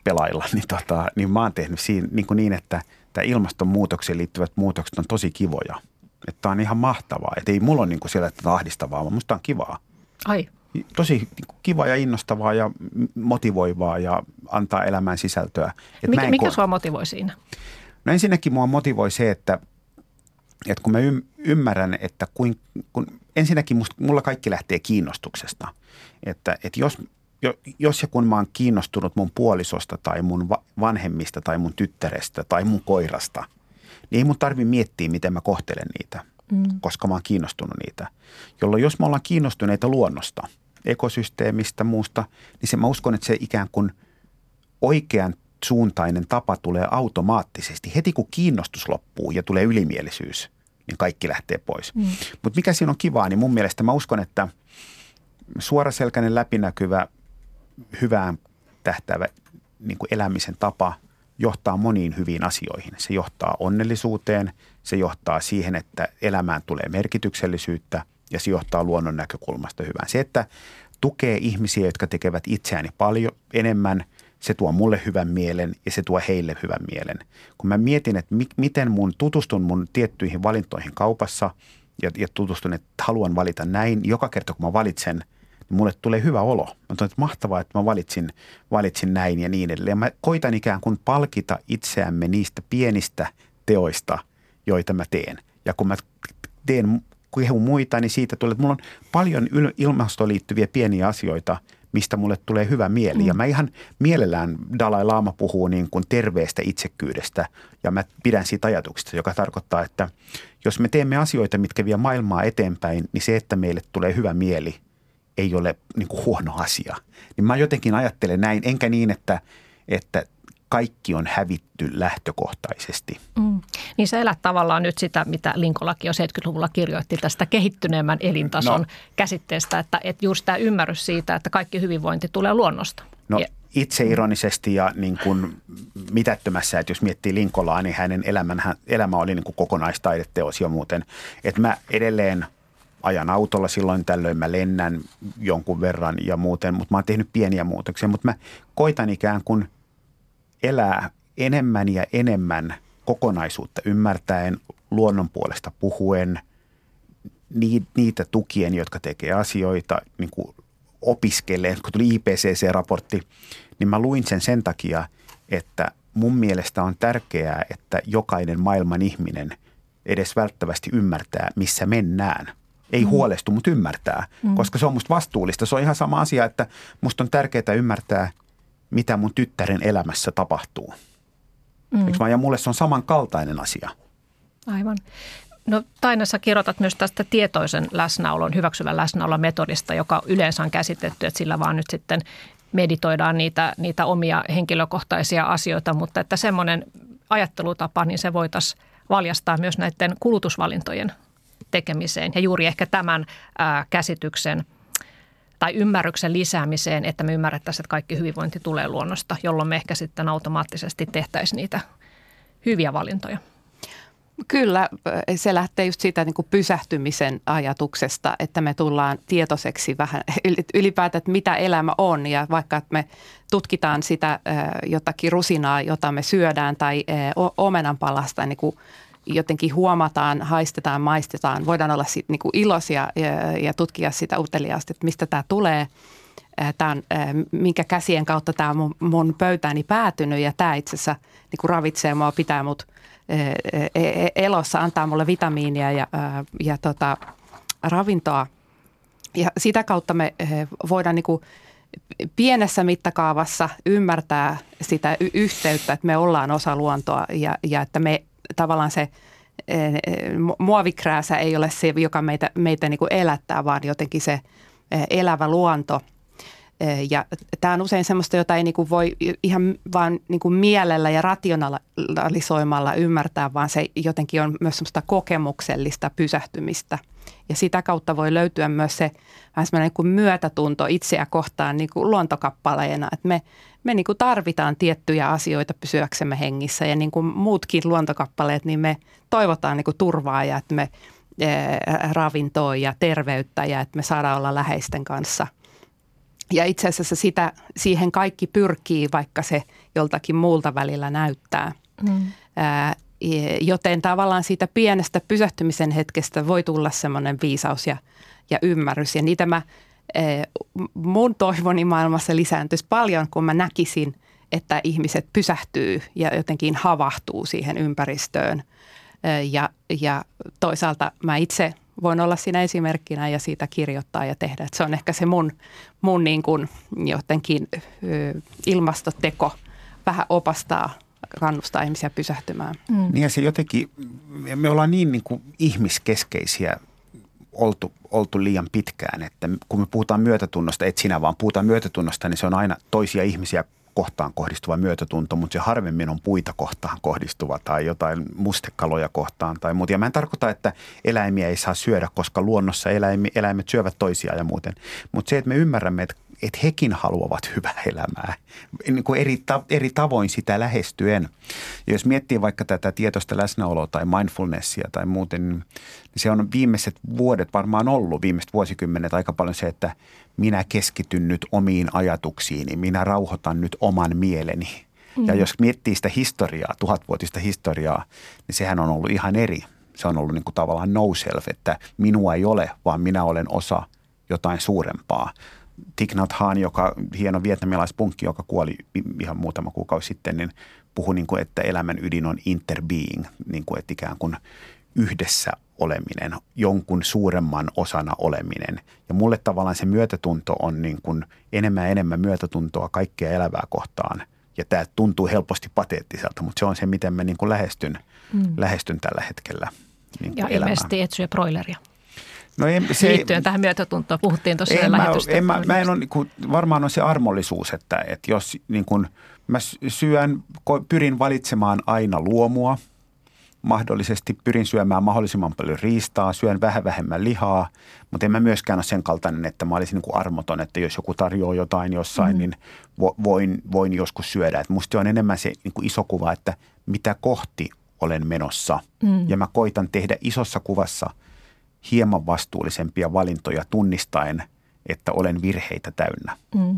pelailla, niin, tota, niin mä oon tehnyt siinä, niin, kuin niin, että tämä ilmastonmuutokseen liittyvät muutokset on tosi kivoja. Että on ihan mahtavaa. Että ei mulla ole niin kuin siellä tätä ahdistavaa, vaan musta on kivaa. Ai. Tosi niin kuin kiva ja innostavaa ja motivoivaa ja antaa elämään sisältöä. Et mikä mikä ko- sua motivoi siinä? No ensinnäkin mua motivoi se, että, että kun mä ymmärrän, että kun, kun ensinnäkin musta, mulla kaikki lähtee kiinnostuksesta. Että, että jos, jos ja kun mä oon kiinnostunut mun puolisosta tai mun vanhemmista tai mun tyttärestä tai mun koirasta, niin ei mun tarvitse miettiä, miten mä kohtelen niitä, mm. koska mä oon kiinnostunut niitä. Jolloin jos me ollaan kiinnostuneita luonnosta, ekosysteemistä, muusta, niin se mä uskon, että se ikään kuin oikean suuntainen tapa tulee automaattisesti. Heti kun kiinnostus loppuu ja tulee ylimielisyys, niin kaikki lähtee pois. Mm. Mutta mikä siinä on kivaa, niin mun mielestä mä uskon, että suoraselkäinen, läpinäkyvä, hyvään tähtäävä niin kuin elämisen tapa johtaa moniin hyviin asioihin. Se johtaa onnellisuuteen, se johtaa siihen, että elämään tulee merkityksellisyyttä ja se johtaa luonnon näkökulmasta hyvään. Se, että tukee ihmisiä, jotka tekevät itseäni paljon enemmän, se tuo mulle hyvän mielen ja se tuo heille hyvän mielen. Kun mä mietin, että mi- miten mun tutustun mun tiettyihin valintoihin kaupassa ja, ja tutustun, että haluan valita näin, joka kerta kun mä valitsen, niin mulle tulee hyvä olo. Mä toivon, että mahtavaa, että mä valitsin, valitsin näin ja niin edelleen. Mä koitan ikään kuin palkita itseämme niistä pienistä teoista, joita mä teen. Ja kun mä teen kehun muita, niin siitä tulee, että mulla on paljon ilmastoon liittyviä pieniä asioita, mistä mulle tulee hyvä mieli. Mm. Ja mä ihan mielellään Dalai Lama puhuu niin kuin terveestä itsekkyydestä ja mä pidän siitä ajatuksesta, joka tarkoittaa, että jos me teemme asioita, mitkä vie maailmaa eteenpäin, niin se, että meille tulee hyvä mieli, ei ole niin kuin huono asia. Niin mä jotenkin ajattelen näin, enkä niin, että, että kaikki on hävitty lähtökohtaisesti. Mm. Niin sä elät tavallaan nyt sitä, mitä Linkolaki jo seitsemänkymmentäluvulla kirjoitti tästä kehittyneemmän elintason no, käsitteestä, että, että juuri tämä ymmärrys siitä, että kaikki hyvinvointi tulee luonnosta. No ja, itse ironisesti ja niin kuin mitättömässä, että jos miettii Linkolaa, niin hänen elämän, elämä oli niin kuin kokonaistaideteos jo muuten. Että mä edelleen ajan autolla silloin tällöin, mä lennän jonkun verran ja muuten, mutta mä oon tehnyt pieniä muutoksia, mutta mä koitan ikään kuin elää enemmän ja enemmän kokonaisuutta ymmärtäen, luonnon puolesta puhuen, niitä tukien, jotka tekee asioita, niin kuin opiskelee. Kun tuli I P C C-raportti, niin mä luin sen sen takia, että mun mielestä on tärkeää, että jokainen maailman ihminen edes välttävästi ymmärtää, missä mennään. Ei mm. huolestu, mutta ymmärtää, mm. koska se on musta vastuullista. Se on ihan sama asia, että musta on tärkeää ymmärtää, mitä mun tyttären elämässä tapahtuu. Mm. Eikö mä, ja mulle se on samankaltainen asia. Aivan. No Taina, sä kirjoitat myös tästä tietoisen läsnäolon, hyväksyvän läsnäolon metodista, joka yleensä on käsitetty, että sillä vaan nyt sitten meditoidaan niitä, niitä omia henkilökohtaisia asioita, mutta että semmoinen ajattelutapa, niin se voitaisiin valjastaa myös näiden kulutusvalintojen tekemiseen ja juuri ehkä tämän ää, käsityksen tai ymmärryksen lisäämiseen, että me ymmärrettäisiin, että kaikki hyvinvointi tulee luonnosta, jolloin me ehkä sitten automaattisesti tehtäisiin niitä hyviä valintoja. Kyllä, se lähtee just siitä niin kuin pysähtymisen ajatuksesta, että me tullaan tietoiseksi vähän ylipäätään, että mitä elämä on. Ja vaikka että me tutkitaan sitä jotakin rusinaa, jota me syödään tai omenanpalasta, niin kuin jotenkin huomataan, haistetaan, maistetaan, voidaan olla siitä niin kuin iloisia ja, ja tutkia sitä uteliaasti, että mistä tämä tulee. Tämä on, minkä käsien kautta tämä on mun, mun pöytääni päätynyt ja tämä itse asiassa niin kuin ravitsee mua, pitää mut elossa, antaa mulle vitamiinia ja, ja tota, ravintoa. Ja sitä kautta me voidaan niin kuin pienessä mittakaavassa ymmärtää sitä y- yhteyttä, että me ollaan osa luontoa ja, ja että me tavallaan se muovikrääsä ei ole se, joka meitä, meitä niin kuin elättää, vaan jotenkin se elävä luonto. Ja tämä on usein semmoista, jota ei niin kuin voi ihan vaan niin kuin mielellä ja rationalisoimalla ymmärtää, vaan se jotenkin on myös semmoista kokemuksellista pysähtymistä. Ja sitä kautta voi löytyä myös se vähän semmoinen niin kuin myötätunto itseä kohtaan niin kuin luontokappaleena, että me, me niin kuin tarvitaan tiettyjä asioita pysyäksemme hengissä ja niin kuin muutkin luontokappaleet, niin me toivotaan niin kuin turvaa ja että me ää, ravintoa ja terveyttä ja että me saadaan olla läheisten kanssa. Ja itse asiassa sitä, siihen kaikki pyrkii, vaikka se joltakin muulta välillä näyttää. Mm. Ää, joten tavallaan siitä pienestä pysähtymisen hetkestä voi tulla semmoinen viisaus ja, ja ymmärrys. Ja niitä mä, ää, mun toivoni maailmassa lisääntyisi paljon, kun mä näkisin, että ihmiset pysähtyy ja jotenkin havahtuu siihen ympäristöön. Ää, ja, ja toisaalta mä itse voin olla siinä esimerkkinä ja siitä kirjoittaa ja tehdä. Että se on ehkä se mun, mun niin kuin jotenkin ö, ilmastoteko vähän opastaa, kannustaa ihmisiä pysähtymään. Mm. Niin ja se jotenkin, me ollaan niin, niin kuin ihmiskeskeisiä oltu, oltu liian pitkään, että kun me puhutaan myötätunnosta, et sinä vaan puhutaan myötätunnosta, niin se on aina toisia ihmisiä kohtaan kohdistuva myötätunto, mutta se harvemmin on puita kohtaan kohdistuva tai jotain mustekaloja kohtaan tai muuta. Ja mä en tarkoita, että eläimiä ei saa syödä, koska luonnossa eläimi, eläimet syövät toisiaan ja muuten. Mutta se, että me ymmärrämme, että, että hekin haluavat hyvää elämää, niin kuin eri, eri tavoin sitä lähestyen. Ja jos miettii vaikka tätä tietoista läsnäoloa tai mindfulnessia tai muuten, niin se on viimeiset vuodet varmaan ollut, viimeiset vuosikymmenet aika paljon se, että minä keskityn nyt omiin ajatuksiini, minä rauhoitan nyt oman mieleni. Mm. Ja jos miettii sitä historiaa, tuhatvuotista historiaa, niin sehän on ollut ihan eri. Se on ollut niin kuin tavallaan no self, että minua ei ole, vaan minä olen osa jotain suurempaa. Thich Nhat Hanh, joka hieno vietnamilaispunkki, joka kuoli ihan muutama kuukausi sitten, niin puhui, niin kuin, että elämän ydin on interbeing, niin kuin, että ikään kuin yhdessä oleminen, jonkun suuremman osana oleminen. Ja mulle tavallaan se myötätunto on niin kuin enemmän ja enemmän myötätuntoa kaikkea elävää kohtaan. Ja tämä tuntuu helposti pateettiselta, mutta se on se, miten mä niin kuin lähestyn, mm. lähestyn tällä hetkellä niin kuin ja elämään. ilmeisesti et syö broileria. No en, se, liittyen tähän myötätuntoon. Puhuttiin tuossa en lähetystä. Mä, en, mä, mä en ole, niin kuin, varmaan on se armollisuus, että, että jos niin kuin, mä syön, pyrin valitsemaan aina luomua, mahdollisesti pyrin syömään mahdollisimman paljon riistaa, syön vähän vähemmän lihaa, mutta en mä myöskään ole sen kaltainen, että mä olisin niin kuin armoton, että jos joku tarjoaa jotain jossain, mm. niin vo, voin, voin joskus syödä. Et musta on enemmän se niin kuin iso kuva, että mitä kohti olen menossa. Mm. Ja mä koitan tehdä isossa kuvassa hieman vastuullisempia valintoja tunnistaen, että olen virheitä täynnä. Mm.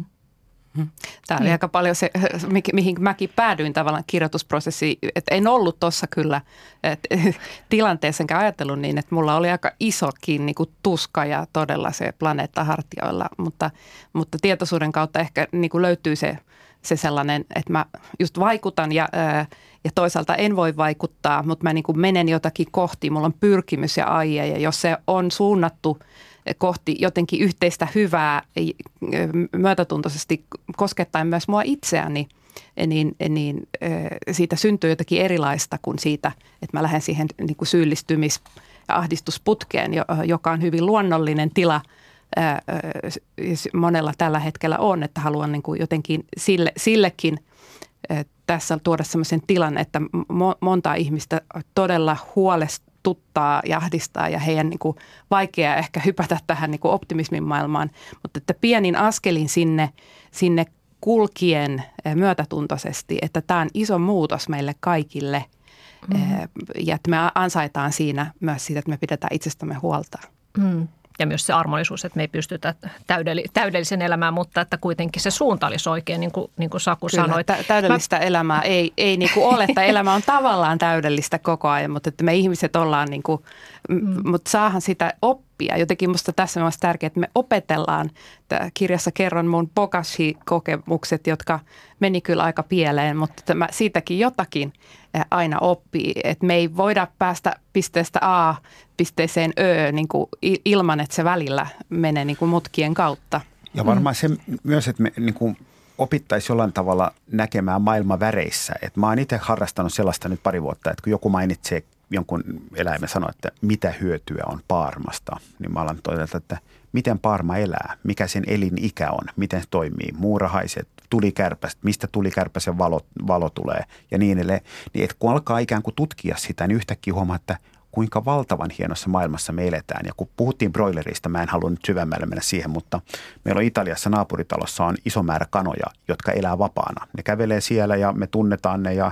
Tämä oli aika paljon se, mihin mäkin päädyin tavallaan kirjoitusprosessiin, että en ollut tuossa kyllä tilanteessa enkä ajatellut niin, että mulla oli aika isokin niin kuin tuska ja todella se planeetta hartioilla, mutta, mutta tietoisuuden kautta ehkä niin kuin löytyy se, se sellainen, että mä just vaikutan ja, ja toisaalta en voi vaikuttaa, mutta mä niin kuin menen jotakin kohti, mulla on pyrkimys ja aie ja jos se on suunnattu kohti jotenkin yhteistä hyvää myötätuntoisesti koskettaen myös mua itseäni, niin, niin siitä syntyy jotakin erilaista kuin siitä, että mä lähden siihen niin kuin syyllistymis- ja ahdistusputkeen, joka on hyvin luonnollinen tila. Monella tällä hetkellä on, että haluan niin kuin jotenkin sille, sillekin tässä tuoda sellaisen tilan, että monta ihmistä todella huolestuu. Tuttaa ja ahdistaa ja heidän niin kuin vaikea ehkä hypätä tähän niin kuin optimismin maailmaan, mutta että pienin askelin sinne, sinne kulkien myötätuntoisesti, että tämä on iso muutos meille kaikille mm. ja että me ansaitaan siinä myös siitä, että me pidetään itsestämme huolta. Mm. Ja myös se armollisuus, että me ei pystytä täydell- täydellisen elämään, mutta että kuitenkin se suunta olisi oikein, niin kuin, niin kuin Saku Kyllä, sanoi. Tä- täydellistä Mä... elämää ei, ei niin kuin ole, että elämä on tavallaan täydellistä koko ajan, mutta että me ihmiset ollaan, niin kuin, mm. mutta saahan sitä oppia. Jotenkin musta tässä on myös tärkeää, että me opetellaan. Tämä kirjassa kerron mun Bokashi-kokemukset, jotka meni kyllä aika pieleen, mutta tämä, siitäkin jotakin aina oppii. Että me ei voida päästä pisteestä A pisteeseen Ö niin kuin ilman, että se välillä menee niin kuin mutkien kautta. Ja varmaan se myös, että me niin kuin opittaisiin jollain tavalla näkemään maailma väreissä. Että mä oon itse harrastanut sellaista nyt pari vuotta, että kun joku mainitsee jonkun eläimen sanoo, että mitä hyötyä on paarmasta, niin mä alan todeta, että miten paarma elää, mikä sen elinikä on, miten se toimii, muurahaiset, tulikärpäset, mistä tulikärpäsen valo, valo tulee ja niin edelleen. Niin että kun alkaa ikään kuin tutkia sitä, niin yhtäkkiä huomaa, että kuinka valtavan hienossa maailmassa me eletään. Ja kun puhuttiin broilerista, mä en halua nyt syvemmälle mennä siihen, mutta meillä on Italiassa naapuritalossa on iso määrä kanoja, jotka elää vapaana. Ne kävelee siellä ja me tunnetaan ne ja,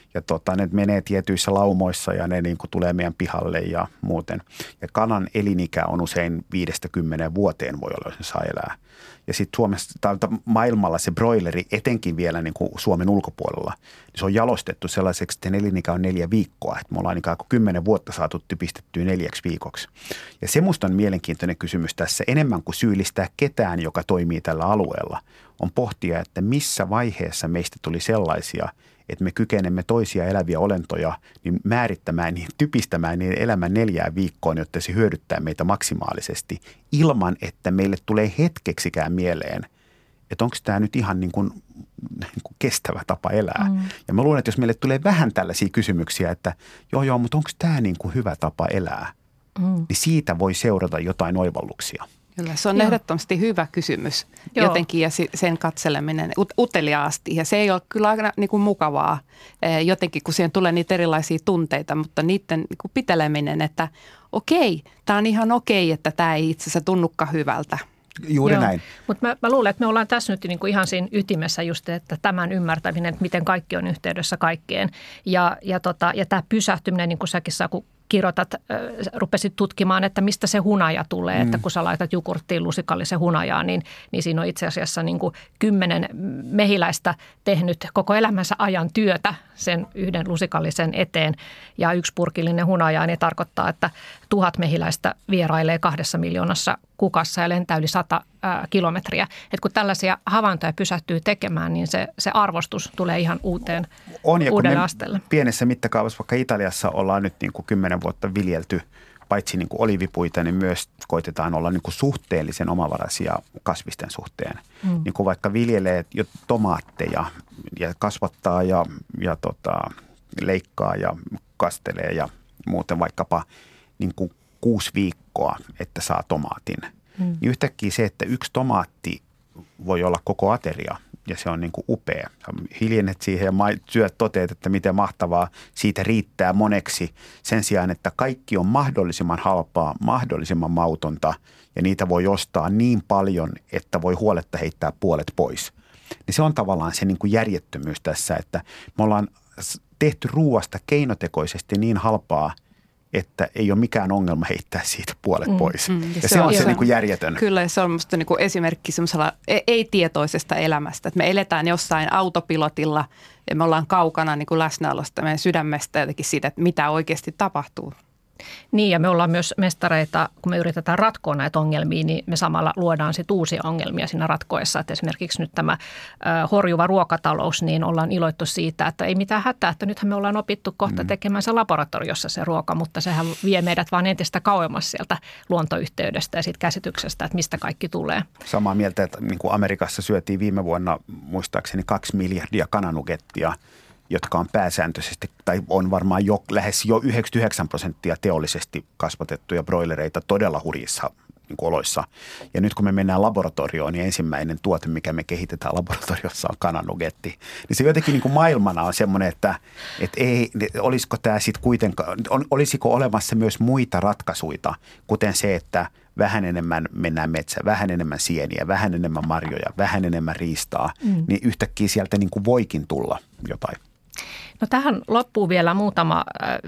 Ja tota, ne menee tietyissä laumoissa ja ne niin kuin tulee meidän pihalle ja muuten. Ja kanan elinikä on usein viidestä kymmeneen vuoteen voi olla, jos se saa elää. Ja sitten Suomessa, tai maailmalla se broileri, etenkin vielä niin kuin Suomen ulkopuolella, niin se on jalostettu sellaiseksi, että sen elinikä on neljä viikkoa. Että me ollaan ikään kuin kymmenen vuotta saatu typistettyä neljäksi viikoksi. Ja se musta on mielenkiintoinen kysymys tässä, enemmän kuin syyllistää ketään, joka toimii tällä alueella, on pohtia, että missä vaiheessa meistä tuli sellaisia, että me kykenemme toisia eläviä olentoja niin määrittämään, niin typistämään niin elämän neljään viikkoon, jotta se hyödyttää meitä maksimaalisesti, ilman että meille tulee hetkeksikään mieleen, että onko tämä nyt ihan niin kuin, niin kuin kestävä tapa elää. Mm. Ja mä luulen, että jos meille tulee vähän tällaisia kysymyksiä, että joo joo, mutta onko tämä niin kuin hyvä tapa elää, mm. niin siitä voi seurata jotain oivalluksia. Kyllä, se on Joo. ehdottomasti hyvä kysymys Joo. jotenkin ja sen katseleminen uteliaasti. Ja se ei ole kyllä aina niin kuin mukavaa jotenkin, kun siihen tulee niitä erilaisia tunteita, mutta niiden niin kuin piteleminen, että okei, tämä on ihan okei, että tämä ei itse asiassa tunnukaan hyvältä. Juuri Joo. näin. Mutta mä, mä luulen, että me ollaan tässä nyt niinku ihan siinä ytimessä just, että tämän ymmärtäminen, että miten kaikki on yhteydessä kaikkeen. Ja, ja, tota, ja tämä pysähtyminen, niin kuin säkin Saku kirjoitat, äh, rupesit tutkimaan, että mistä se hunaja tulee. Mm. Että kun sä laitat jogurttiin lusikallisen hunajaa, niin, niin siinä on itse asiassa niin kuin kymmenen mehiläistä tehnyt koko elämänsä ajan työtä sen yhden lusikallisen eteen. Ja yksi purkillinen hunajaa, niin tarkoittaa, että tuhat mehiläistä vierailee kahdessa miljoonassa kukassa ja lentää yli sata ää, kilometriä. Et kun tällaisia havaintoja pysähtyy tekemään, niin se, se arvostus tulee ihan uuteen, on, ja uudelle asteelle. Pienessä mittakaavassa, vaikka Italiassa ollaan nyt niin kuin kymmenen vuotta viljelty, paitsi niin kuin olivipuita, niin myös koitetaan olla niin kuin suhteellisen omavaraisia kasvisten suhteen. Mm. Niin kuin vaikka viljelee jo tomaatteja ja kasvattaa ja, ja tota, leikkaa ja kastelee ja muuten vaikkapa niin kuin kuusi viikkoa, että saa tomaatin. Mm. Niin yhtäkkiä se, että yksi tomaatti voi olla koko ateria ja se on niin kuin upea. Hiljennet siihen ja syöt, toteat, että miten mahtavaa siitä riittää moneksi sen sijaan, että kaikki on mahdollisimman halpaa, mahdollisimman mautonta ja niitä voi ostaa niin paljon, että voi huoletta heittää puolet pois. Niin se on tavallaan se niin kuin järjettömyys tässä, että me ollaan tehty ruuasta keinotekoisesti niin halpaa, että ei ole mikään ongelma heittää siitä puolet pois. Mm, mm, ja, ja se, se on, on se niin kuin järjetön. Kyllä, ja se on minusta niin kuin esimerkki semmoisella ei-tietoisesta elämästä. Että me eletään jossain autopilotilla ja me ollaan kaukana niin kuin läsnäolosta meidän sydämestä jotenkin siitä, että mitä oikeasti tapahtuu. Niin, ja me ollaan myös mestareita, kun me yritetään ratkoa näitä ongelmia, niin me samalla luodaan sitten uusia ongelmia siinä ratkoessa. Että esimerkiksi nyt tämä äh, horjuva ruokatalous, niin ollaan iloittu siitä, että ei mitään hätää, että nythän me ollaan opittu kohta tekemään se laboratoriossa se ruoka, mutta sehän vie meidät vaan entistä kauemmas sieltä luontoyhteydestä ja siitä käsityksestä, että mistä kaikki tulee. Samaa mieltä, että niin kuin Amerikassa syötiin viime vuonna muistaakseni kaksi miljardia kananugettia, jotka on pääsääntöisesti, tai on varmaan jo lähes jo yhdeksänkymmentäyhdeksän prosenttia teollisesti kasvatettuja broilereita todella hurjissa niin kuin oloissa. Ja nyt kun me mennään laboratorioon, niin ensimmäinen tuote, mikä me kehitetään laboratoriossa on kananugetti. Niin se jotenkin niin kuin maailmana on semmoinen, että, että ei, olisiko tämä sitten kuitenkaan, olisiko olemassa myös muita ratkaisuja, kuten se, että vähän enemmän mennään metsään, vähän enemmän sieniä, vähän enemmän marjoja, vähän enemmän riistaa, mm. niin yhtäkkiä sieltä niin kuin voikin tulla jotain. No tähän loppuu vielä muutama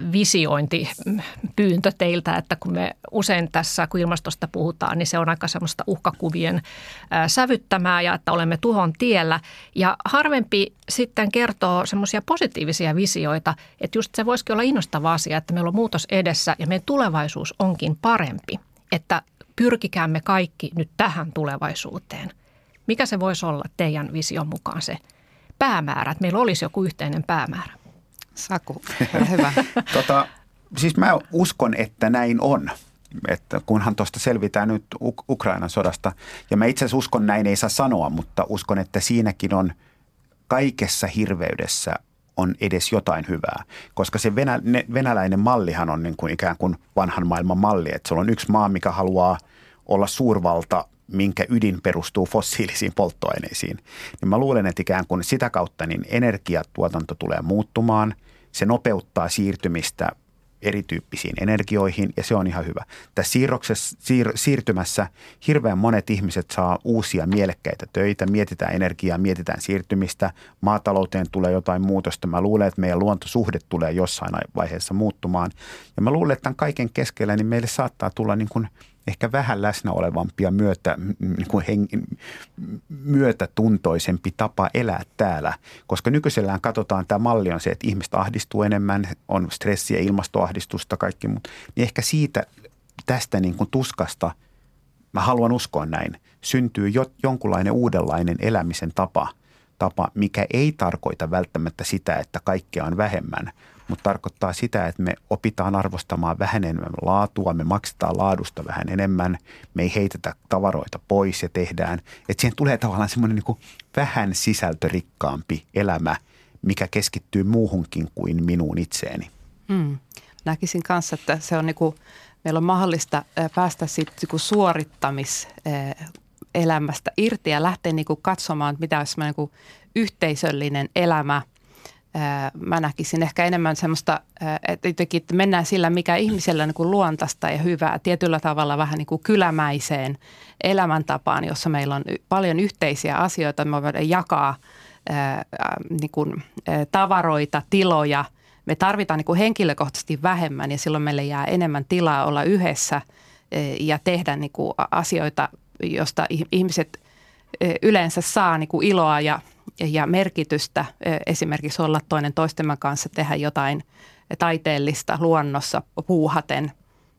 visiointipyyntö teiltä, että kun me usein tässä, kun ilmastosta puhutaan, niin se on aika semmoista uhkakuvien sävyttämää ja että olemme tuhon tiellä. Ja harvempi sitten kertoo semmoisia positiivisia visioita, että just se voisikin olla innostava asia, että meillä on muutos edessä ja meidän tulevaisuus onkin parempi. Että pyrkikäämme kaikki nyt tähän tulevaisuuteen. Mikä se voisi olla teidän vision mukaan se päämäärä, että meillä olisi joku yhteinen päämäärä? Saku, hyvä. tota, siis mä uskon, että näin on, että kunhan tuosta selvitään nyt Ukrainan sodasta. Ja mä itse asiassa uskon, näin ei saa sanoa, mutta uskon, että siinäkin on kaikessa hirveydessä on edes jotain hyvää. Koska se venä, ne, venäläinen mallihan on niin kuin ikään kuin vanhan maailman malli, että sulla on yksi maa, mikä haluaa olla suurvalta, minkä ydin perustuu fossiilisiin polttoaineisiin. Niin mä luulen, että ikään kuin sitä kautta niin energiatuotanto tulee muuttumaan. Se nopeuttaa siirtymistä erityyppisiin energioihin ja se on ihan hyvä. Tässä siirroksessa, siir, siirtymässä hirveän monet ihmiset saa uusia mielekkäitä töitä, mietitään energiaa, mietitään siirtymistä, maatalouteen tulee jotain muutosta. Mä luulen, että meidän luontosuhde tulee jossain vaiheessa muuttumaan ja mä luulen, että tämän kaiken keskellä niin meille saattaa tulla niin kuin ehkä vähän läsnä olevampia myötä, niin kuin heng, myötätuntoisempi tapa elää täällä, koska nykyisellään katsotaan, tämä malli on se, että ihmiset ahdistuu enemmän, on stressiä, ilmastoahdistusta, kaikki muut, niin ehkä siitä tästä niin kuin tuskasta, mä haluan uskoa näin, syntyy jo, jonkunlainen uudenlainen elämisen tapa, tapa, mikä ei tarkoita välttämättä sitä, että kaikkea on vähemmän, mutta tarkoittaa sitä, että me opitaan arvostamaan vähän enemmän laatua, me maksetaan laadusta vähän enemmän, me ei heitetä tavaroita pois ja tehdään. Että siihen tulee tavallaan semmoinen niin kuin vähän sisältörikkaampi elämä, mikä keskittyy muuhunkin kuin minuun itseeni. Hmm. Näkisin kanssa, että se on niin kuin, meillä on mahdollista päästä siitä niin kuin suorittamiselämästä irti ja lähteä niin kuin katsomaan, mitä olisi semmoinen niin kuin yhteisöllinen elämä. Mä näkisin ehkä enemmän semmoista, että jotenkin että mennään sillä, mikä ihmisellä on niin kuin luontaista ja hyvää, tietyllä tavalla vähän niin kuin kylämäiseen elämäntapaan, jossa meillä on paljon yhteisiä asioita, me voidaan jakaa ää, niin kuin, ää, tavaroita, tiloja. Me tarvitaan niin kuin henkilökohtaisesti vähemmän ja silloin meille jää enemmän tilaa olla yhdessä ää, ja tehdä niin kuin asioita, josta ihmiset ää, yleensä saa niin kuin iloa ja ja merkitystä, esimerkiksi olla toinen toistemme kanssa, tehdä jotain taiteellista luonnossa puuhaten.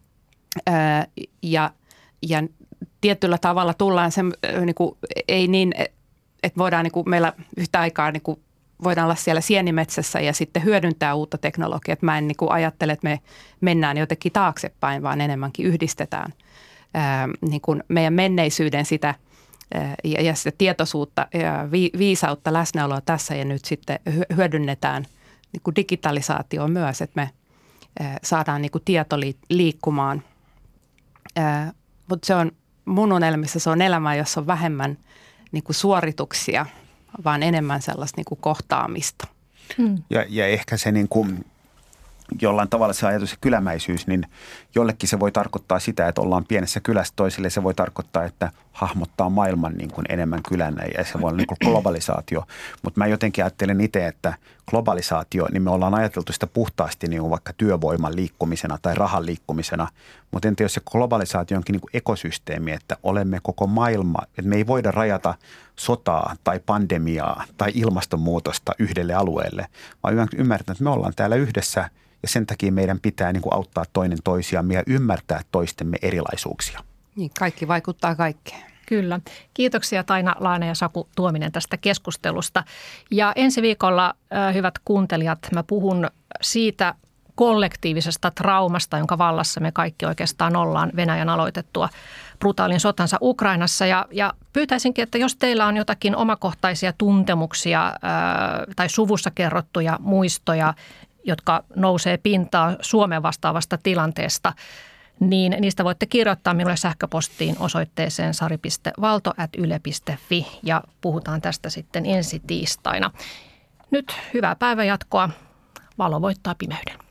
Ja, ja tietyllä tavalla tullaan se, niin kuin, ei niin, että voidaan niin kuin meillä yhtä aikaa niin kuin voidaan olla siellä sienimetsässä ja sitten hyödyntää uutta teknologiaa. Mä en niin kuin ajattele, että me mennään jotenkin taaksepäin, vaan enemmänkin yhdistetään niin kuin meidän menneisyyden sitä ja, ja sitä tietoisuutta ja viisautta, läsnäoloa tässä ja nyt sitten hyödynnetään niin kuin digitalisaatio myös, että me saadaan niin kuin tieto liikkumaan. Mutta se on mun unelmissa, se on elämä, jossa on vähemmän niin kuin suorituksia, vaan enemmän sellaista niin kuin kohtaamista. Hmm. Ja, ja ehkä se niin kuin jollain tavalla se ajatus ja kylämäisyys, niin jollekin se voi tarkoittaa sitä, että ollaan pienessä kylässä, toisille se voi tarkoittaa, että hahmottaa maailman niin kuin enemmän kylänä ja se voi olla niin kuin globalisaatio. Mutta mä jotenkin ajattelen itse, että globalisaatio, niin me ollaan ajateltu sitä puhtaasti niin kuin vaikka työvoiman liikkumisena tai rahan liikkumisena, mutta entä jos se globalisaatio onkin niin kuin ekosysteemi, että olemme koko maailma, että me ei voida rajata sotaa tai pandemiaa tai ilmastonmuutosta yhdelle alueelle, vaan ymmärtää, että me ollaan täällä yhdessä ja sen takia meidän pitää niin kuin auttaa toinen toisiamme ja ymmärtää toistemme erilaisuuksia. Niin, kaikki vaikuttaa kaikkeen. Kyllä. Kiitoksia Taina Laane ja Saku Tuominen tästä keskustelusta. Ja ensi viikolla, äh, hyvät kuuntelijat, mä puhun siitä kollektiivisesta traumasta, jonka vallassa me kaikki oikeastaan ollaan Venäjän aloitettua brutaalin sotansa Ukrainassa. Ja, ja pyytäisinkin, että jos teillä on jotakin omakohtaisia tuntemuksia ää, tai suvussa kerrottuja muistoja, jotka nousee pintaan Suomen vastaavasta tilanteesta, niin niistä voitte kirjoittaa minulle sähköpostiin osoitteeseen sari piste valto ät yle piste fi ja puhutaan tästä sitten ensi tiistaina. Nyt hyvää päivänjatkoa. Valo voittaa pimeyden.